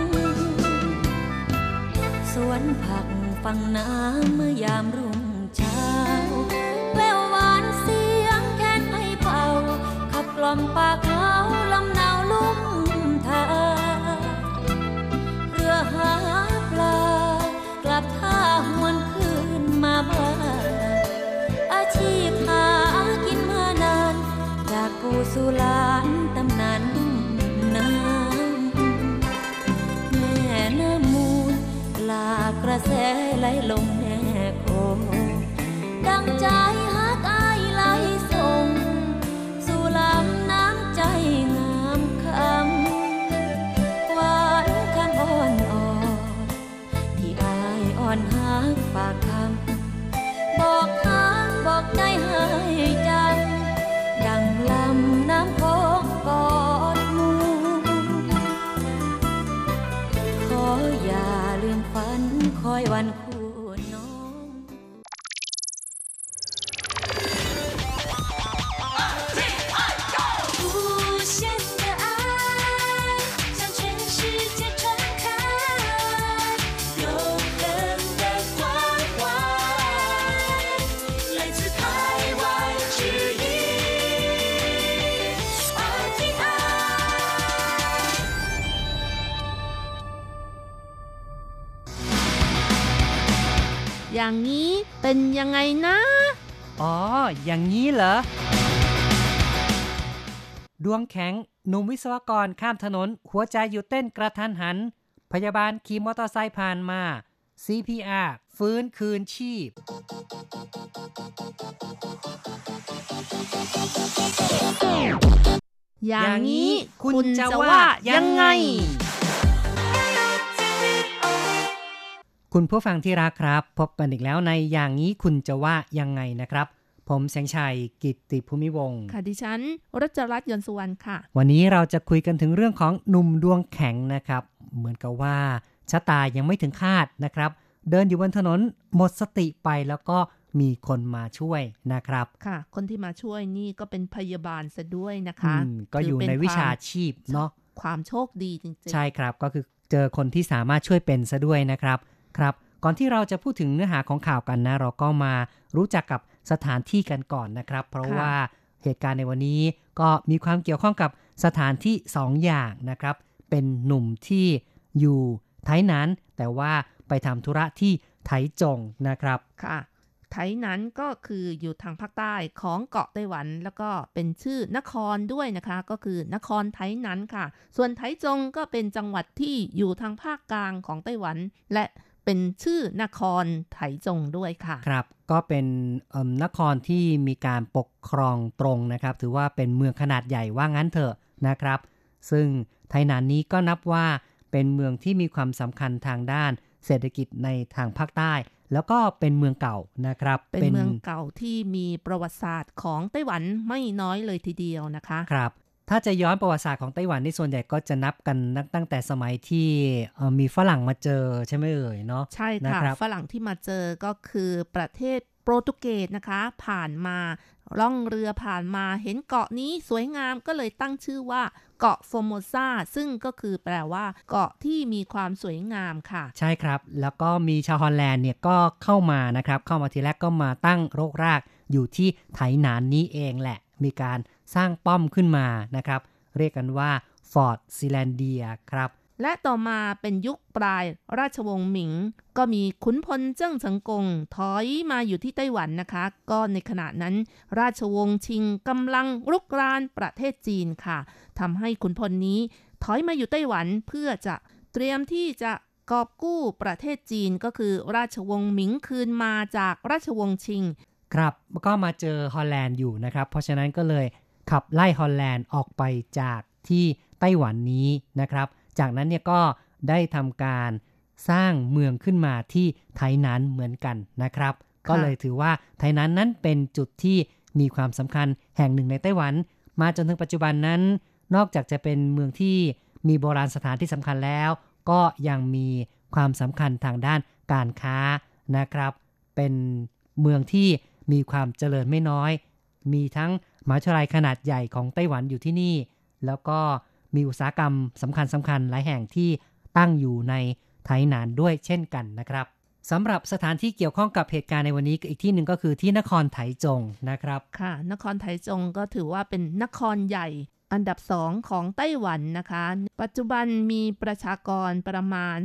สวนผักฝั่งน้ำเมื่อยามรุ่งเช้าแววหวานเสียงแคนไม้เป่าขับกล่อมป่าเขาลำนาวลุ่มทาเรือหาปลากลับท่าหวนคืนมาบ้านอาชีพหากินมานานจากปู่สู่หลานตำนานน้ำลงแน่โคดังใจฮักอายไหลส่งสู่ลำน้ำใจงามคำหวานคันอ่อนอ่อนที่อายอ่อนฮักฝากคำบอกฮักบอกใจให้จำดังลำน้ำโขงกอดหมู่ขออย่าลืมฝันคอยวันคู่น้อง无限的爱向全世界传开永恒的关怀来自台湾之音 RTI อย่างนี้เป็นยังไงนะอ๋ออย่างนี้เหรอดวงแข็งหนุ่มวิศวกรข้ามถนนหัวใจหยุดเต้นกระทันหันพยาบาลขี่มอเตอร์ไซค์ผ่านมา CPR ฟื้นคืนชีพอย่างนี้คุณจะว่ายังไงคุณผู้ฟังที่รักครับพบกันอีกแล้วในอย่างนี้คุณจะว่ายังไงนะครับผมแสงชัยกิตติภูมิวงศ์ค่ะดิฉันรัชรัตน์ยนต์สุวรรณค่ะวันนี้เราจะคุยกันถึงเรื่องของหนุ่มดวงแข็งนะครับเหมือนกับว่าชะตายังไม่ถึงคาดนะครับเดินอยู่บนถนนหมดสติไปแล้วก็มีคนมาช่วยนะครับค่ะคนที่มาช่วยนี่ก็เป็นพยาบาลซะด้วยนะคะก็อยู่ในวิชาชีพเนาะความโชคดีจริงๆใช่ครับก็คือเจอคนที่สามารถช่วยเป็นซะด้วยนะครับครับก่อนที่เราจะพูดถึงเนื้อหาของข่าวกันนะเราก็มารู้จักกับสถานที่กันก่อนนะครับเพราะว่าเหตุการณ์ในวันนี้ก็มีความเกี่ยวข้องกับสถานที่2 อย่างนะครับเป็นหนุ่มที่อยู่ไทหนานแต่ว่าไปทำธุระที่ไถจงนะครับค่ะไถหนานก็คืออยู่ทางภาคใต้ของเกาะไต้หวันแล้วก็เป็นชื่อนครด้วยนะคะก็คือนครไถหนานค่ะส่วนไถจงก็เป็นจังหวัดที่อยู่ทางภาคกลางของไต้หวันและเป็นชื่อนครไถจงด้วยค่ะครับก็เป็นนครที่มีการปกครองตรงนะครับถือว่าเป็นเมืองขนาดใหญ่ว่างั้นเถอะนะครับซึ่งไถหนานนี้ก็นับว่าเป็นเมืองที่มีความสำคัญทางด้านเศรษฐกิจในทางภาคใต้แล้วก็เป็นเมืองเก่านะครับเป็นเมืองเก่าที่มีประวัติศาสตร์ของไต้หวันไม่น้อยเลยทีเดียวนะคะครับถ้าจะย้อนประวัติศาสตร์ของไต้หวันนี่ส่วนใหญ่ก็จะนับกันตั้งแต่สมัยที่มีฝรั่งมาเจอใช่ไหมเอ่ยเนาะใช่ค่ะฝรั่งที่มาเจอก็คือประเทศโปรตุเกสนะคะผ่านมาล่องเรือผ่านมาเห็นเกาะนี้สวยงามก็เลยตั้งชื่อว่าเกาะโฟโมซาซึ่งก็คือแปลว่าเกาะที่มีความสวยงามค่ะใช่ครับแล้วก็มีชาวฮอลแลนด์เนี่ยก็เข้ามานะครับเข้ามาทีแรกก็มาตั้งรกรากอยู่ที่ไถหนานนี้เองแหละมีการสร้างป้อมขึ้นมานะครับเรียกกันว่าฟอร์ตซิแลนเดียครับและต่อมาเป็นยุคปลายราชวงศ์หมิงก็มีขุนพลเจิ้งเฉิงกงถอยมาอยู่ที่ไต้หวันนะคะก็ในขณะนั้นราชวงศ์ชิงกำลังรุกรานประเทศจีนค่ะทำให้ขุนพลนี้ถอยมาอยู่ไต้หวันเพื่อจะเตรียมที่จะกอบกู้ประเทศจีนก็คือราชวงศ์หมิงคืนมาจากราชวงศ์ชิงครับก็มาเจอฮอลแลนด์อยู่นะครับเพราะฉะนั้นก็เลยขับไล่ฮอลแลนด์ออกไปจากที่ไต้หวันนี้นะครับจากนั้นเนี่ยก็ได้ทำการสร้างเมืองขึ้นมาที่ไถหนานเหมือนกันนะครับก็เลยถือว่าไถหนานนั้นเป็นจุดที่มีความสำคัญแห่งหนึ่งในไต้หวันมาจนถึงปัจจุบันนั้นนอกจากจะเป็นเมืองที่มีโบราณสถานที่สำคัญแล้วก็ยังมีความสำคัญทางด้านการค้านะครับเป็นเมืองที่มีความเจริญไม่น้อยมีทั้งมหาวิทยาลัยขนาดใหญ่ของไต้หวันอยู่ที่นี่แล้วก็มีอุตสาหกรรมสำคัญหลายแห่งที่ตั้งอยู่ในไถหนานด้วยเช่นกันนะครับสำหรับสถานที่เกี่ยวข้องกับเหตุการณ์ในวันนี้อีกที่หนึ่งก็คือที่นครไถจงนะครับค่ะนครไถจงก็ถือว่าเป็นนครใหญ่อันดับ2ของไต้หวันนะคะปัจจุบันมีประชากรประมาณ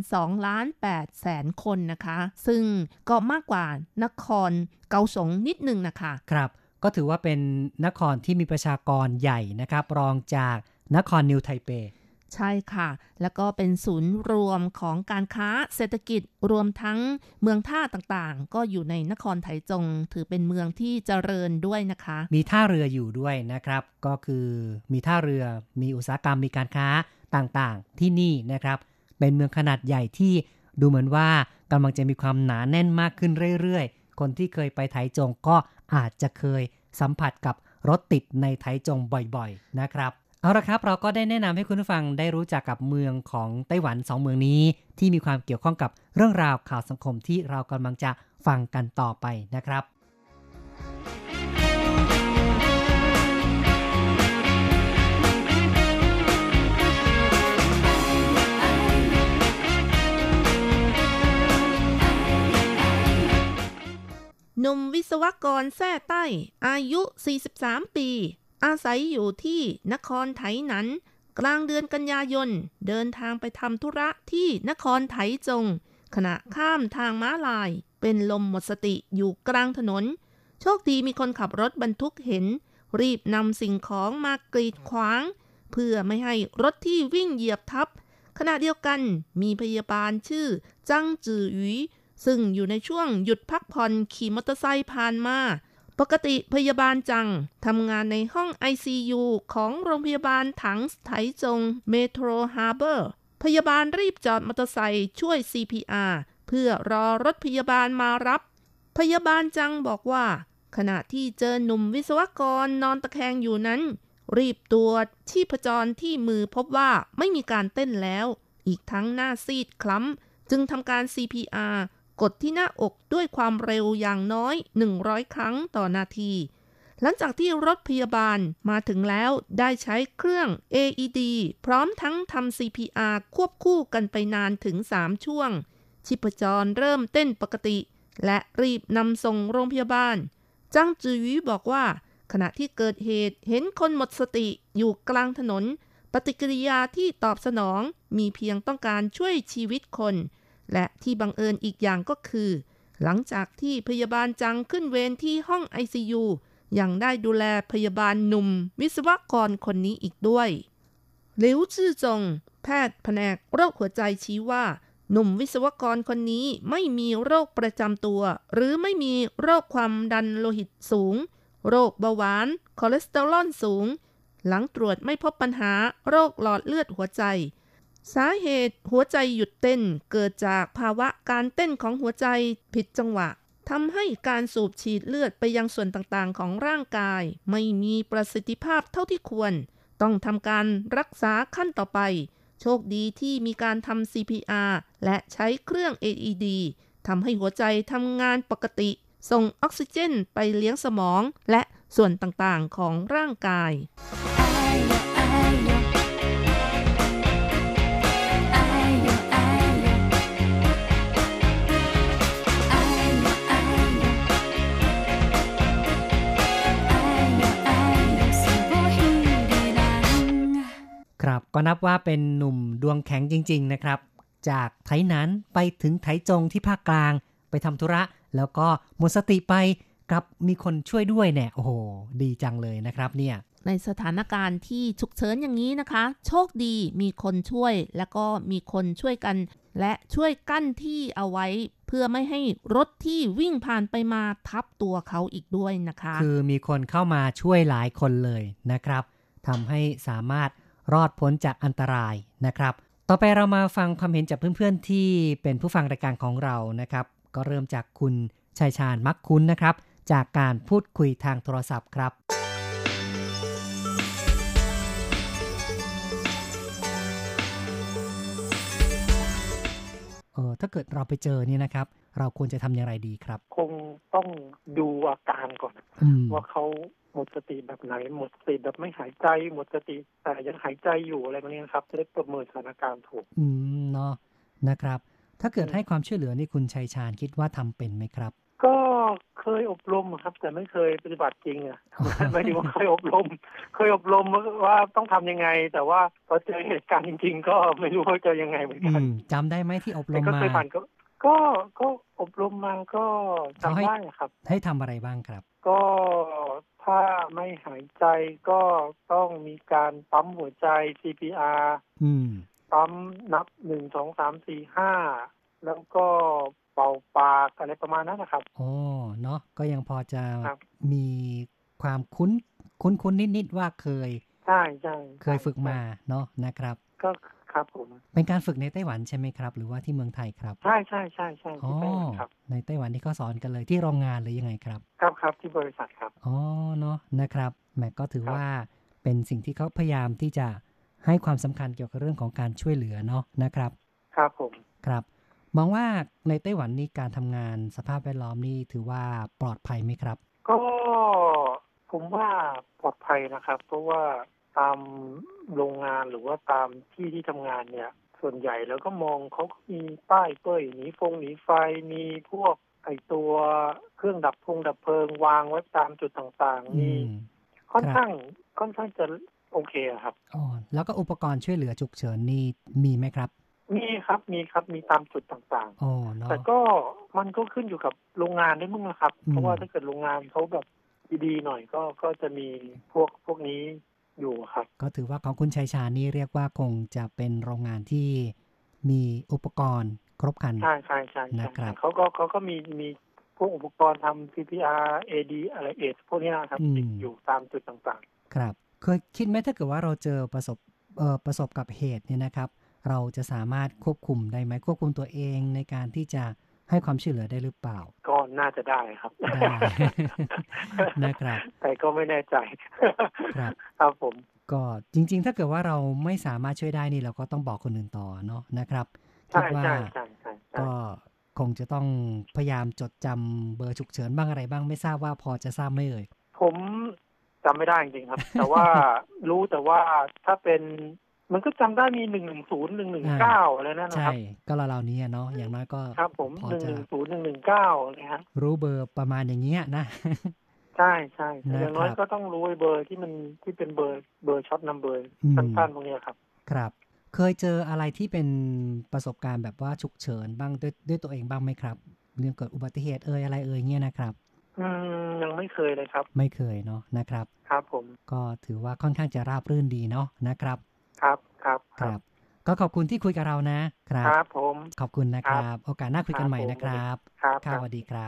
2,800,000 คนนะคะซึ่งก็มากกว่านครเกาสงนิดนึงนะคะครับก็ถือว่าเป็นนครที่มีประชากรใหญ่นะครับรองจากนครนิวไทเปใช่ค่ะแล้วก็เป็นศูนย์รวมของการค้าเศรษฐกิจรวมทั้งเมืองท่าต่างๆก็อยู่ในนครไถจงถือเป็นเมืองที่เจริญด้วยนะคะมีท่าเรืออยู่ด้วยนะครับก็คือมีท่าเรือมีอุตสาหกรรมมีการค้าต่างๆที่นี่นะครับเป็นเมืองขนาดใหญ่ที่ดูเหมือนว่ากำลังจะมีความหนาแน่นมากขึ้นเรื่อยๆคนที่เคยไปไถจงก็อาจจะเคยสัมผัสกับรถติดในไถจงบ่อยๆนะครับเอาละครับเราก็ได้แนะนำให้คุณผู้ฟังได้รู้จักกับเมืองของไต้หวัน2เมืองนี้ที่มีความเกี่ยวข้องกับเรื่องราวข่าวสังคมที่เรากำลังจะฟังกันต่อไปนะครับหนุ่มวิศวกรแซ่ใต้อายุ43ปีอาศัยอยู่ที่นครไถหนันกลางเดือนกันยายนเดินทางไปทำธุระที่นครไถจงขณะข้ามทางม้าลายเป็นลมหมดสติอยู่กลางถนนโชคดีมีคนขับรถบรรทุกเห็นรีบนำสิ่งของมากรีดขวางเพื่อไม่ให้รถที่วิ่งเหยียบทับขณะเดียวกันมีพยาบาลชื่อจังจือหยีซึ่งอยู่ในช่วงหยุดพักผ่อนขี่มอเตอร์ไซค์ผ่านมาปกติพยาบาลจังทำงานในห้อง ICU ของโรงพยาบาลถังไถจงเมโทรฮาร์เบอร์พยาบาลรีบจอดมอเตอร์ไซค์ช่วย CPR เพื่อรอรถพยาบาลมารับพยาบาลจังบอกว่าขณะที่เจอหนุ่มวิศวกรนอนตะแคงอยู่นั้นรีบตรวจชีพจรที่มือพบว่าไม่มีการเต้นแล้วอีกทั้งหน้าซีดคล้ำจึงทำการ CPRกดที่หน้าอกด้วยความเร็วอย่างน้อย100ครั้งต่อนาทีหลังจากที่รถพยาบาลมาถึงแล้วได้ใช้เครื่อง AED พร้อมทั้งทำ CPR ควบคู่กันไปนานถึง3ช่วงชีพจรเริ่มเต้นปกติและรีบนำส่งโรงพยาบาลจังจือหยีบอกว่าขณะที่เกิดเหตุเห็นคนหมดสติอยู่กลางถนนปฏิกิริยาที่ตอบสนองมีเพียงต้องการช่วยชีวิตคนและที่บังเอิญอีกอย่างก็คือหลังจากที่พยาบาลจังขึ้นเวรที่ห้อง ICU ยังได้ดูแลพยาบาลหนุ่มวิศวกรคนนี้อีกด้วยหลิวจื้อจงแพทย์แผนกโรคหัวใจชี้ว่าหนุ่มวิศวกรคนนี้ไม่มีโรคประจำตัวหรือไม่มีโรคความดันโลหิตสูงโรคเบาหวานคอเลสเตอรอลสูงหลังตรวจไม่พบปัญหาโรคหลอดเลือดหัวใจสาเหตุหัวใจหยุดเต้นเกิดจากภาวะการเต้นของหัวใจผิดจังหวะทำให้การสูบฉีดเลือดไปยังส่วนต่างๆของร่างกายไม่มีประสิทธิภาพเท่าที่ควรต้องทำการรักษาขั้นต่อไปโชคดีที่มีการทำ CPR และใช้เครื่อง AED ทำให้หัวใจทำงานปกติส่งออกซิเจนไปเลี้ยงสมองและส่วนต่างๆของร่างกายครับก็นับว่าเป็นหนุ่มดวงแข็งจริงๆนะครับจากไถหนันไปถึงไถจงที่ภาคกลางไปทำธุระแล้วก็หมดสติไปกับมีคนช่วยด้วยเนี่ยโอ้โหดีจังเลยนะครับเนี่ยในสถานการณ์ที่ฉุกเฉินอย่างนี้นะคะโชคดีมีคนช่วยแล้วก็มีคนช่วยกันและช่วยกั้นที่เอาไว้เพื่อไม่ให้รถที่วิ่งผ่านไปมาทับตัวเขาอีกด้วยนะคะคือมีคนเข้ามาช่วยหลายคนเลยนะครับทำให้สามารถรอดพ้นจากอันตรายนะครับต่อไปเรามาฟังความเห็นจากเพื่อนๆที่เป็นผู้ฟังรายการของเรานะครับก็เริ่มจากคุณชัยชาญมักคุ้นนะครับจากการพูดคุยทางโทรศัพท์ครับถ้าเกิดเราไปเจอเนี่ยนะครับเราควรจะทำอย่างไรดีครับคงต้องดูอาการก่อนว่าเขาหมดสติแบบไหนหมดสติแบบไม่หายใจหมดสติแต่ยังหายใจอยู่อะไรแบบนี้ครับจะได้ประเมินสถานการณ์ถูกเนาะนะครับถ้าเกิดให้ความช่วยเหลือนี่คุณชัยชาญคิดว่าทำเป็นไหมครับก็เคยอบรมครับแต่ไม่เคยปฏิบัติจริงอ่ะ ไม่ได้ว่าเคยอบรมว่าต้องทำยังไงแต่ว่าพอเจอเหตุการณ์จริงๆก็ไม่รู้ว่าจะยังไงเหมือนกันจำได้ไหมที่อบรมมาก็เคยผ่านก็อบรมมาก็จำได้ครับให้ทำอะไรบ้างครับก็ทถ้าไม่หายใจก็ต้องมีการปั๊มหัวใจ CPR ปั๊มนับ1 2 3 4 5แล้วก็เป่าปากอะไรประมาณนั้นนะครับโอ้เนาะก็ยังพอจะมีความคุ้นนิดๆว่าเคยใช่ๆเคยฝึกมาเนาะนะครับก็ครับผมเป็นการฝึกในไต้หวันใช่ไหมครับหรือว่าที่เมืองไทยครับใช่ๆๆๆที่ไต้หวันครับในไต้หวันที่เขาสอนกันเลยที่โรงงานหรือยังไงครับครับที่บริษัทครับอ๋อเนาะนะครับแหมก็ถือว่าเป็นสิ่งที่เขาพยายามที่จะให้ความสำคัญเกี่ยวกับเรื่องของการช่วยเหลือเนาะนะครับครับผมครับมองว่าในไต้หวันนี่การทำงานสภาพแวดล้อมนี่ถือว่าปลอดภัยไหมครับก็ผมว่าปลอดภัยนะครับเพราะว่าตามโรงงานหรือว่าตามที่ทำงานเนี่ยส่วนใหญ่แล้วก็มองเขาก็มีป้ายเป้ยหนีไฟมีพวกไอตัวเครื่องดับเพลิงวางไว้ตามจุดต่างๆนี่ค่อนข้างจะโอเคครับอ๋อแล้วก็อุปกรณ์ช่วยเหลือฉุกเฉินนี่มีไหมครับมีครับมีตามจุดต่างๆแต่ก็มันก็ขึ้นอยู่กับโรงงานด้วยมั้งนะครับเพราะว่าถ้าเกิดโรงงานเขาแบบดีๆหน่อยก็จะมีพวกนี้อยู่ครับก็ถือว่าของคุณชัยชาญนี่เรียกว่าคงจะเป็นโรงงานที่มีอุปกรณ์ครบครันใช่ๆๆนะครับเขาก็มีพวกอุปกรณ์ทำ CPR AD อะไรพวกนี้นะครับอยู่ตามจุดต่างๆครับเคยคิดไหมถ้าเกิดว่าเราเจอประสบกับเหตุเนี่ยนะครับเราจะสามารถควบคุมได้ไหมควบคุมตัวเองในการที่จะให้ความช่วยเหลือได้หรือเปล่าก็น่าจะได้ครับได้นะครับแต่ก็ไม่แน่ใจครับผมก็จริงๆถ้าเกิดว่าเราไม่สามารถช่วยได้นี่เราก็ต้องบอกคนอื่นต่อเนาะนะครับคิดว่าก็คงจะต้องพยายามจดจำเบอร์ฉุกเฉินบ้างอะไรบ้างไม่ทราบว่าพอจะทราบไหมเอ่ยผมจำไม่ได้จริงๆครับแต่ว่ารู้แต่ว่าถ้าเป็นมันก็จำได้มี110 119อะไรนั่นนะครับใช่ก็เรานี้เนาะอย่างน้อยก็ครับผม110 119นะฮะรู้เบอร์ประมาณอย่างเงี้ยนะใช่ๆอย่างน้อยก็ต้องรู้เบอร์ที่เป็นเบอร์ช็อตนัมเบอร์สั้นๆพวกนี้ครับครับเคยเจออะไรที่เป็นประสบการณ์แบบว่าฉุกเฉินบ้างด้วยตัวเองบ้างไหมครับเรื่องเกิดอุบัติเหตุอะไรเงี้ยนะครับยังไม่เคยเลยครับไม่เคยเนาะนะครับครับผมก็ถือว่าค่อนข้างจะราบรื่นดีเนาะนะครับครับก็ขอบคุณที่คุยกับเรานะครับครับผมขอบคุณนะครับโอกาสหน้าคุยกันใหม่นะครับครับสวัสดีครับ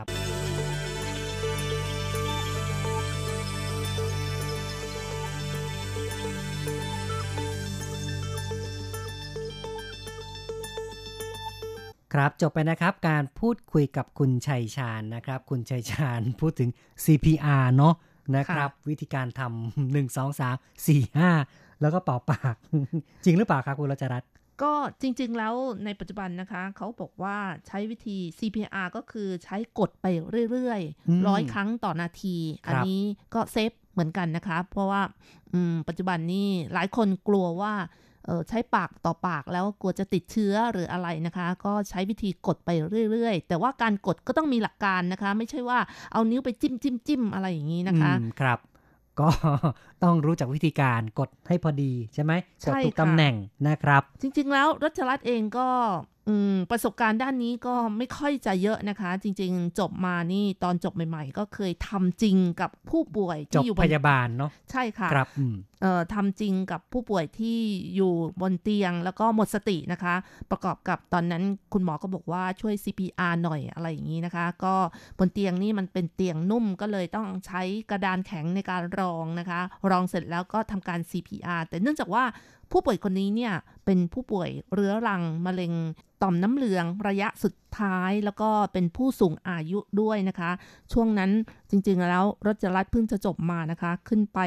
ครับจบไปนะครับการพูดคุยกับคุณชัยชาญนะครับคุณชัยชาญพูดถึง CPR เนาะนะครับวิธีการทำ1 2 3 4 5แล้วก็เป่าปากจริงหรือเปล่าครับคุณรัชรัตน์ก็จริงๆแล้วในปัจจุบันนะคะเขาบอกว่าใช้วิธี CPR ก็คือใช้กดไปเรื่อยๆ100 ครั้งต่อนาทีอันนี้ก็เซฟเหมือนกันนะคะเพราะว่าปัจจุบันนี้หลายคนกลัวว่าใช้ปากต่อปากแล้วกลัวจะติดเชื้อหรืออะไรนะคะก็ใช้วิธีกดไปเรื่อยๆแต่ว่าการกดก็ต้องมีหลักการนะคะไม่ใช่ว่าเอานิ้วไปจิ้มอะไรอย่างนี้นะคะครับก็ต้องรู้จักวิธีการกดให้พอดีใช่ไหมกดถูกตำแหน่งนะครับจริงๆแล้วรัชรัตน์เองก็ประสบการณ์ด้านนี้ก็ไม่ค่อยจะเยอะนะคะจริงๆจบมานี่ตอนจบใหม่ๆก็เคยทำจริงกับผู้ป่วยที่อยู่พยาบาลเนาะใช่ค่ะครับทำจริงกับผู้ป่วยที่อยู่บนเตียงแล้วก็หมดสตินะคะประกอบกับตอนนั้นคุณหมอก็บอกว่าช่วย CPR หน่อยอะไรอย่างนี้นะคะก็บนเตียงนี่มันเป็นเตียงนุ่มก็เลยต้องใช้กระดานแข็งในการรองนะคะรองเสร็จแล้วก็ทำการ CPR แต่เนื่องจากว่าผู้ป่วยคนนี้เนี่ยเป็นผู้ป่วยเรื้อรังมะเร็งต่อมน้ำเหลืองระยะสุดท้ายแล้วก็เป็นผู้สูงอายุด้วยนะคะช่วงนั้นจริงๆแล้วรัชรัตน์เพิ่งจะจบมานะคะขึ้นไป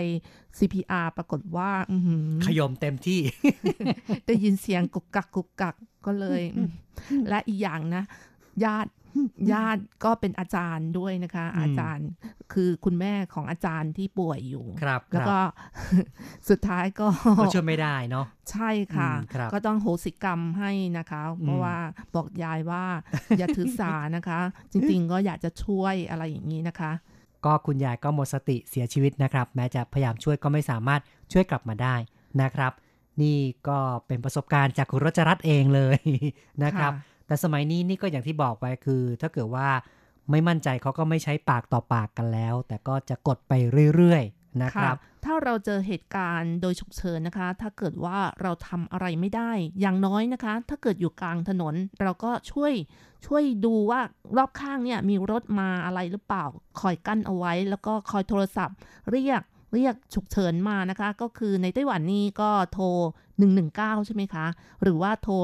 CPR ปรากฏว่าขยมเต็มที่ได้ยินเสียงกุกกักก็เลยและอีกอย่างนะญาติก็เป็นอาจารย์ด้วยนะคะอาจารย์คือคุณแม่ของอาจารย์ที่ป่วยอยู่แล้วก็สุดท้ายก็ช่วยไม่ได้เนาะใช่ค่ะก็ต้องโหสิกรรมให้นะคะเพราะว่าบอกยายว่าอย่าถือสานะคะจริงๆก็อยากจะช่วยอะไรอย่างนี้นะคะก็คุณยายก็หมดสติเสียชีวิตนะครับแม้จะพยายามช่วยก็ไม่สามารถช่วยกลับมาได้นะครับนี่ก็เป็นประสบการณ์จากคุณรัชรัตน์เองเลยนะครับแต่สมัยนี้นี่ก็อย่างที่บอกไปคือถ้าเกิดว่าไม่มั่นใจเขาก็ไม่ใช้ปากต่อปากกันแล้วแต่ก็จะกดไปเรื่อยๆนะครับถ้าเราเจอเหตุการณ์โดยฉุกเฉินนะคะถ้าเกิดว่าเราทำอะไรไม่ได้อย่างน้อยนะคะถ้าเกิดอยู่กลางถนนเราก็ช่วยดูว่ารอบข้างเนี่ยมีรถมาอะไรหรือเปล่าคอยกั้นเอาไว้แล้วก็คอยโทรศัพท์เรียกฉุกเฉินมานะคะก็คือในไต้หวันนี่ก็โทร119ใช่ไหมคะหรือว่าโทร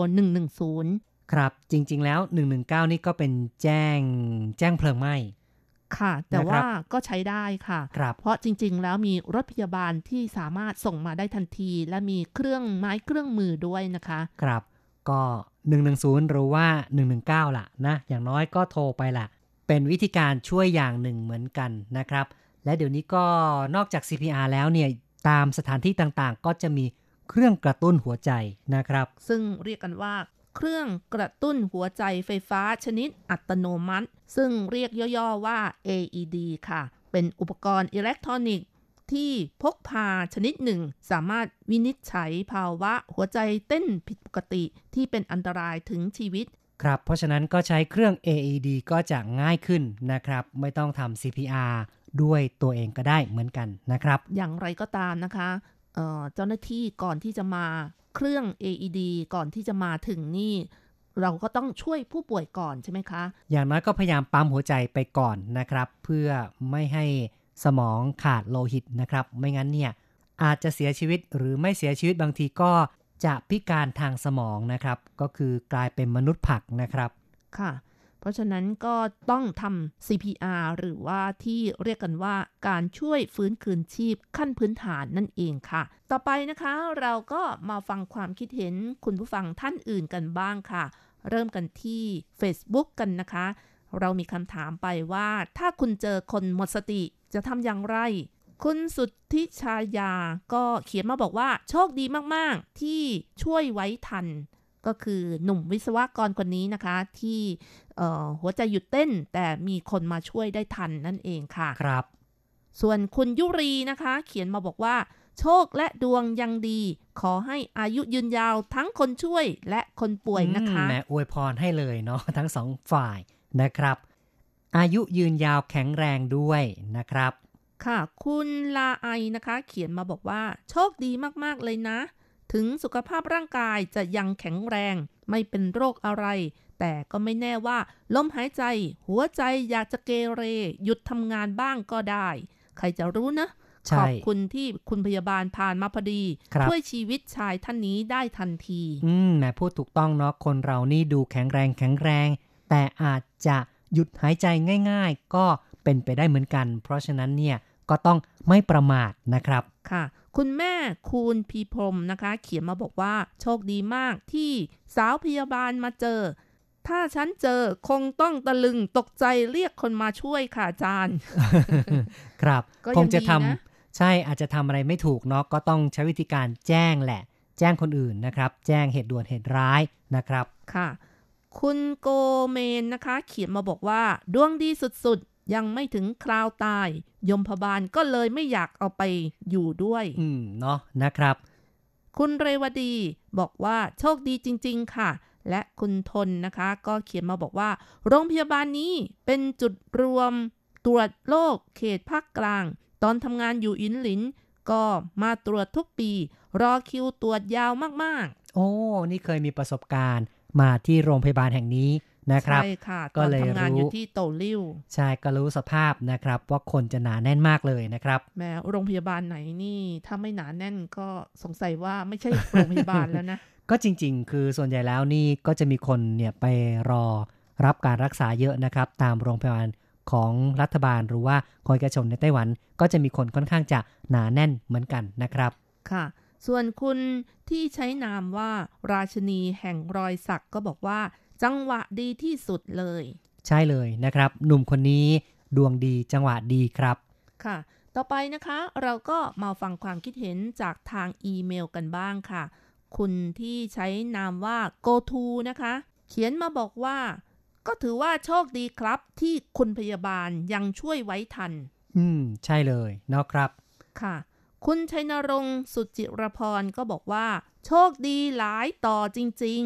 110 ครับจริงๆแล้ว119นี่ก็เป็นแจ้งเพลิงไหม้ค่ะแต่ว่าก็ใช้ได้ค่ะเพราะจริงๆแล้วมีรถพยาบาลที่สามารถส่งมาได้ทันทีและมีเครื่องมือด้วยนะคะครับก็110หรือว่า119ล่ะนะอย่างน้อยก็โทรไปล่ะเป็นวิธีการช่วยอย่างหนึ่งเหมือนกันนะครับและเดี๋ยวนี้ก็นอกจาก CPR แล้วเนี่ยตามสถานที่ต่างๆก็จะมีเครื่องกระตุ้นหัวใจนะครับซึ่งเรียกกันว่าเครื่องกระตุ้นหัวใจไฟฟ้าชนิดอัตโนมัติซึ่งเรียกย่อๆว่า AED ค่ะเป็นอุปกรณ์อิเล็กทรอนิกส์ที่พกพาชนิดหนึ่งสามารถวินิจฉัยภาวะหัวใจเต้นผิดปกติที่เป็นอันตรายถึงชีวิตครับเพราะฉะนั้นก็ใช้เครื่อง AED ก็จะง่ายขึ้นนะครับไม่ต้องทำ CPR ด้วยตัวเองก็ได้เหมือนกันนะครับอย่างไรก็ตามนะคะเจ้าหน้าที่ก่อนที่จะมาเครื่อง AED ก่อนที่จะมาถึงนี่เราก็ต้องช่วยผู้ป่วยก่อนใช่ไหมคะอย่างน้อยก็พยายามปั๊มหัวใจไปก่อนนะครับเพื่อไม่ให้สมองขาดโลหิตนะครับไม่งั้นเนี่ยอาจจะเสียชีวิตหรือไม่เสียชีวิตบางทีก็จะพิการทางสมองนะครับก็คือกลายเป็นมนุษย์ผักนะครับค่ะเพราะฉะนั้นก็ต้องทำ CPR หรือว่าที่เรียกกันว่าการช่วยฟื้นคืนชีพขั้นพื้นฐานนั่นเองค่ะต่อไปนะคะเราก็มาฟังความคิดเห็นคุณผู้ฟังท่านอื่นกันบ้างค่ะเริ่มกันที่ Facebook กันนะคะเรามีคำถามไปว่าถ้าคุณเจอคนหมดสติจะทำอย่างไรคุณสุทธิชายาก็เขียนมาบอกว่าโชคดีมากๆที่ช่วยไว้ทันก็คือหนุ่มวิศวกรคนนี้นะคะที่หัวใจหยุดเต้นแต่มีคนมาช่วยได้ทันนั่นเองค่ะครับส่วนคุณยุรีนะคะเขียนมาบอกว่าโชคและดวงยังดีขอให้อายุยืนยาวทั้งคนช่วยและคนป่วยนะคะแม่อวยพรให้เลยเนาะทั้งสองฝ่ายนะครับอายุยืนยาวแข็งแรงด้วยนะครับค่ะคุณลาไอนะคะเขียนมาบอกว่าโชคดีมากๆเลยนะถึงสุขภาพร่างกายจะยังแข็งแรงไม่เป็นโรคอะไรแต่ก็ไม่แน่ว่าลมหายใจหัวใจอยากจะเกเรหยุดทำงานบ้างก็ได้ใครจะรู้นะขอบคุณที่คุณพยาบาลผ่านมาพอดีช่วยชีวิตชายท่านนี้ได้ทันทีแม่พูดถูกต้องเนาะคนเรานี่ดูแข็งแรงแต่อาจจะหยุดหายใจง่ายๆก็เป็นไปได้เหมือนกันเพราะฉะนั้นเนี่ยก็ต้องไม่ประมาทนะครับค่ะคุณแม่คูณพีพรมนะคะเขียนมาบอกว่าโชคดีมากที่สาวพยาบาลมาเจอถ้าฉันเจอคงต้องตะลึงตกใจเรียกคนมาช่วยค่ะอาจารย์ครับคงจะทำใช่อาจจะทำอะไรไม่ถูกเนาะก็ต้องใช้วิธีการแจ้งแหละแจ้งคนอื่นนะครับแจ้งเหตุด่วนเหตุร้ายนะครับค่ะคุณโกเมนนะคะเขียนมาบอกว่าดวงดีสุดๆยังไม่ถึงคราวตายยมพบาลก็เลยไม่อยากเอาไปอยู่ด้วยเนาะนะครับคุณเรวดีบอกว่าโชคดีจริงๆค่ะและคุณทนนะคะก็เขียนมาบอกว่าโรงพยาบาลนี้เป็นจุดรวมตรวจโรคเขตภาคกลางตอนทำงานอยู่อินหลินก็มาตรวจทุกปีรอคิวตรวจยาวมากๆโอ้นี่เคยมีประสบการณ์มาที่โรงพยาบาลแห่งนี้นะครับใช่ค่ะก็เลยทำงานอยู่ที่โตลิ่วใช่ก็รู้สภาพนะครับว่าคนจะหนาแน่นมากเลยนะครับแม้โรงพยาบาลไหนนี่ถ้าไม่หนาแน่นก็สงสัยว่าไม่ใช่โรงพยาบาลแล้วนะก็จริงๆคือส่วนใหญ่แล้วนี่ก็จะมีคนเนี่ยไปรอรับการรักษาเยอะนะครับตามโรงพยาบาลของรัฐบาลหรือว่าของเอกชนในไต้หวันก็จะมีคนค่อนข้างจะหนาแน่นเหมือนกันนะครับค่ะส่วนคุณที่ใช้นามว่าราชินีแห่งรอยสักก็บอกว่าจังหวะดีที่สุดเลยใช่เลยนะครับหนุ่มคนนี้ดวงดีจังหวะดีครับค่ะต่อไปนะคะเราก็มาฟังความคิดเห็นจากทางอีเมลกันบ้างค่ะคุณที่ใช้นามว่า GoTo นะคะเขียนมาบอกว่าก็ถือว่าโชคดีครับที่คุณพยาบาลยังช่วยไว้ทันใช่เลยนะครับค่ะคุณชัยนรงค์สุจิรพรก็บอกว่าโชคดีหลายต่อจริงๆ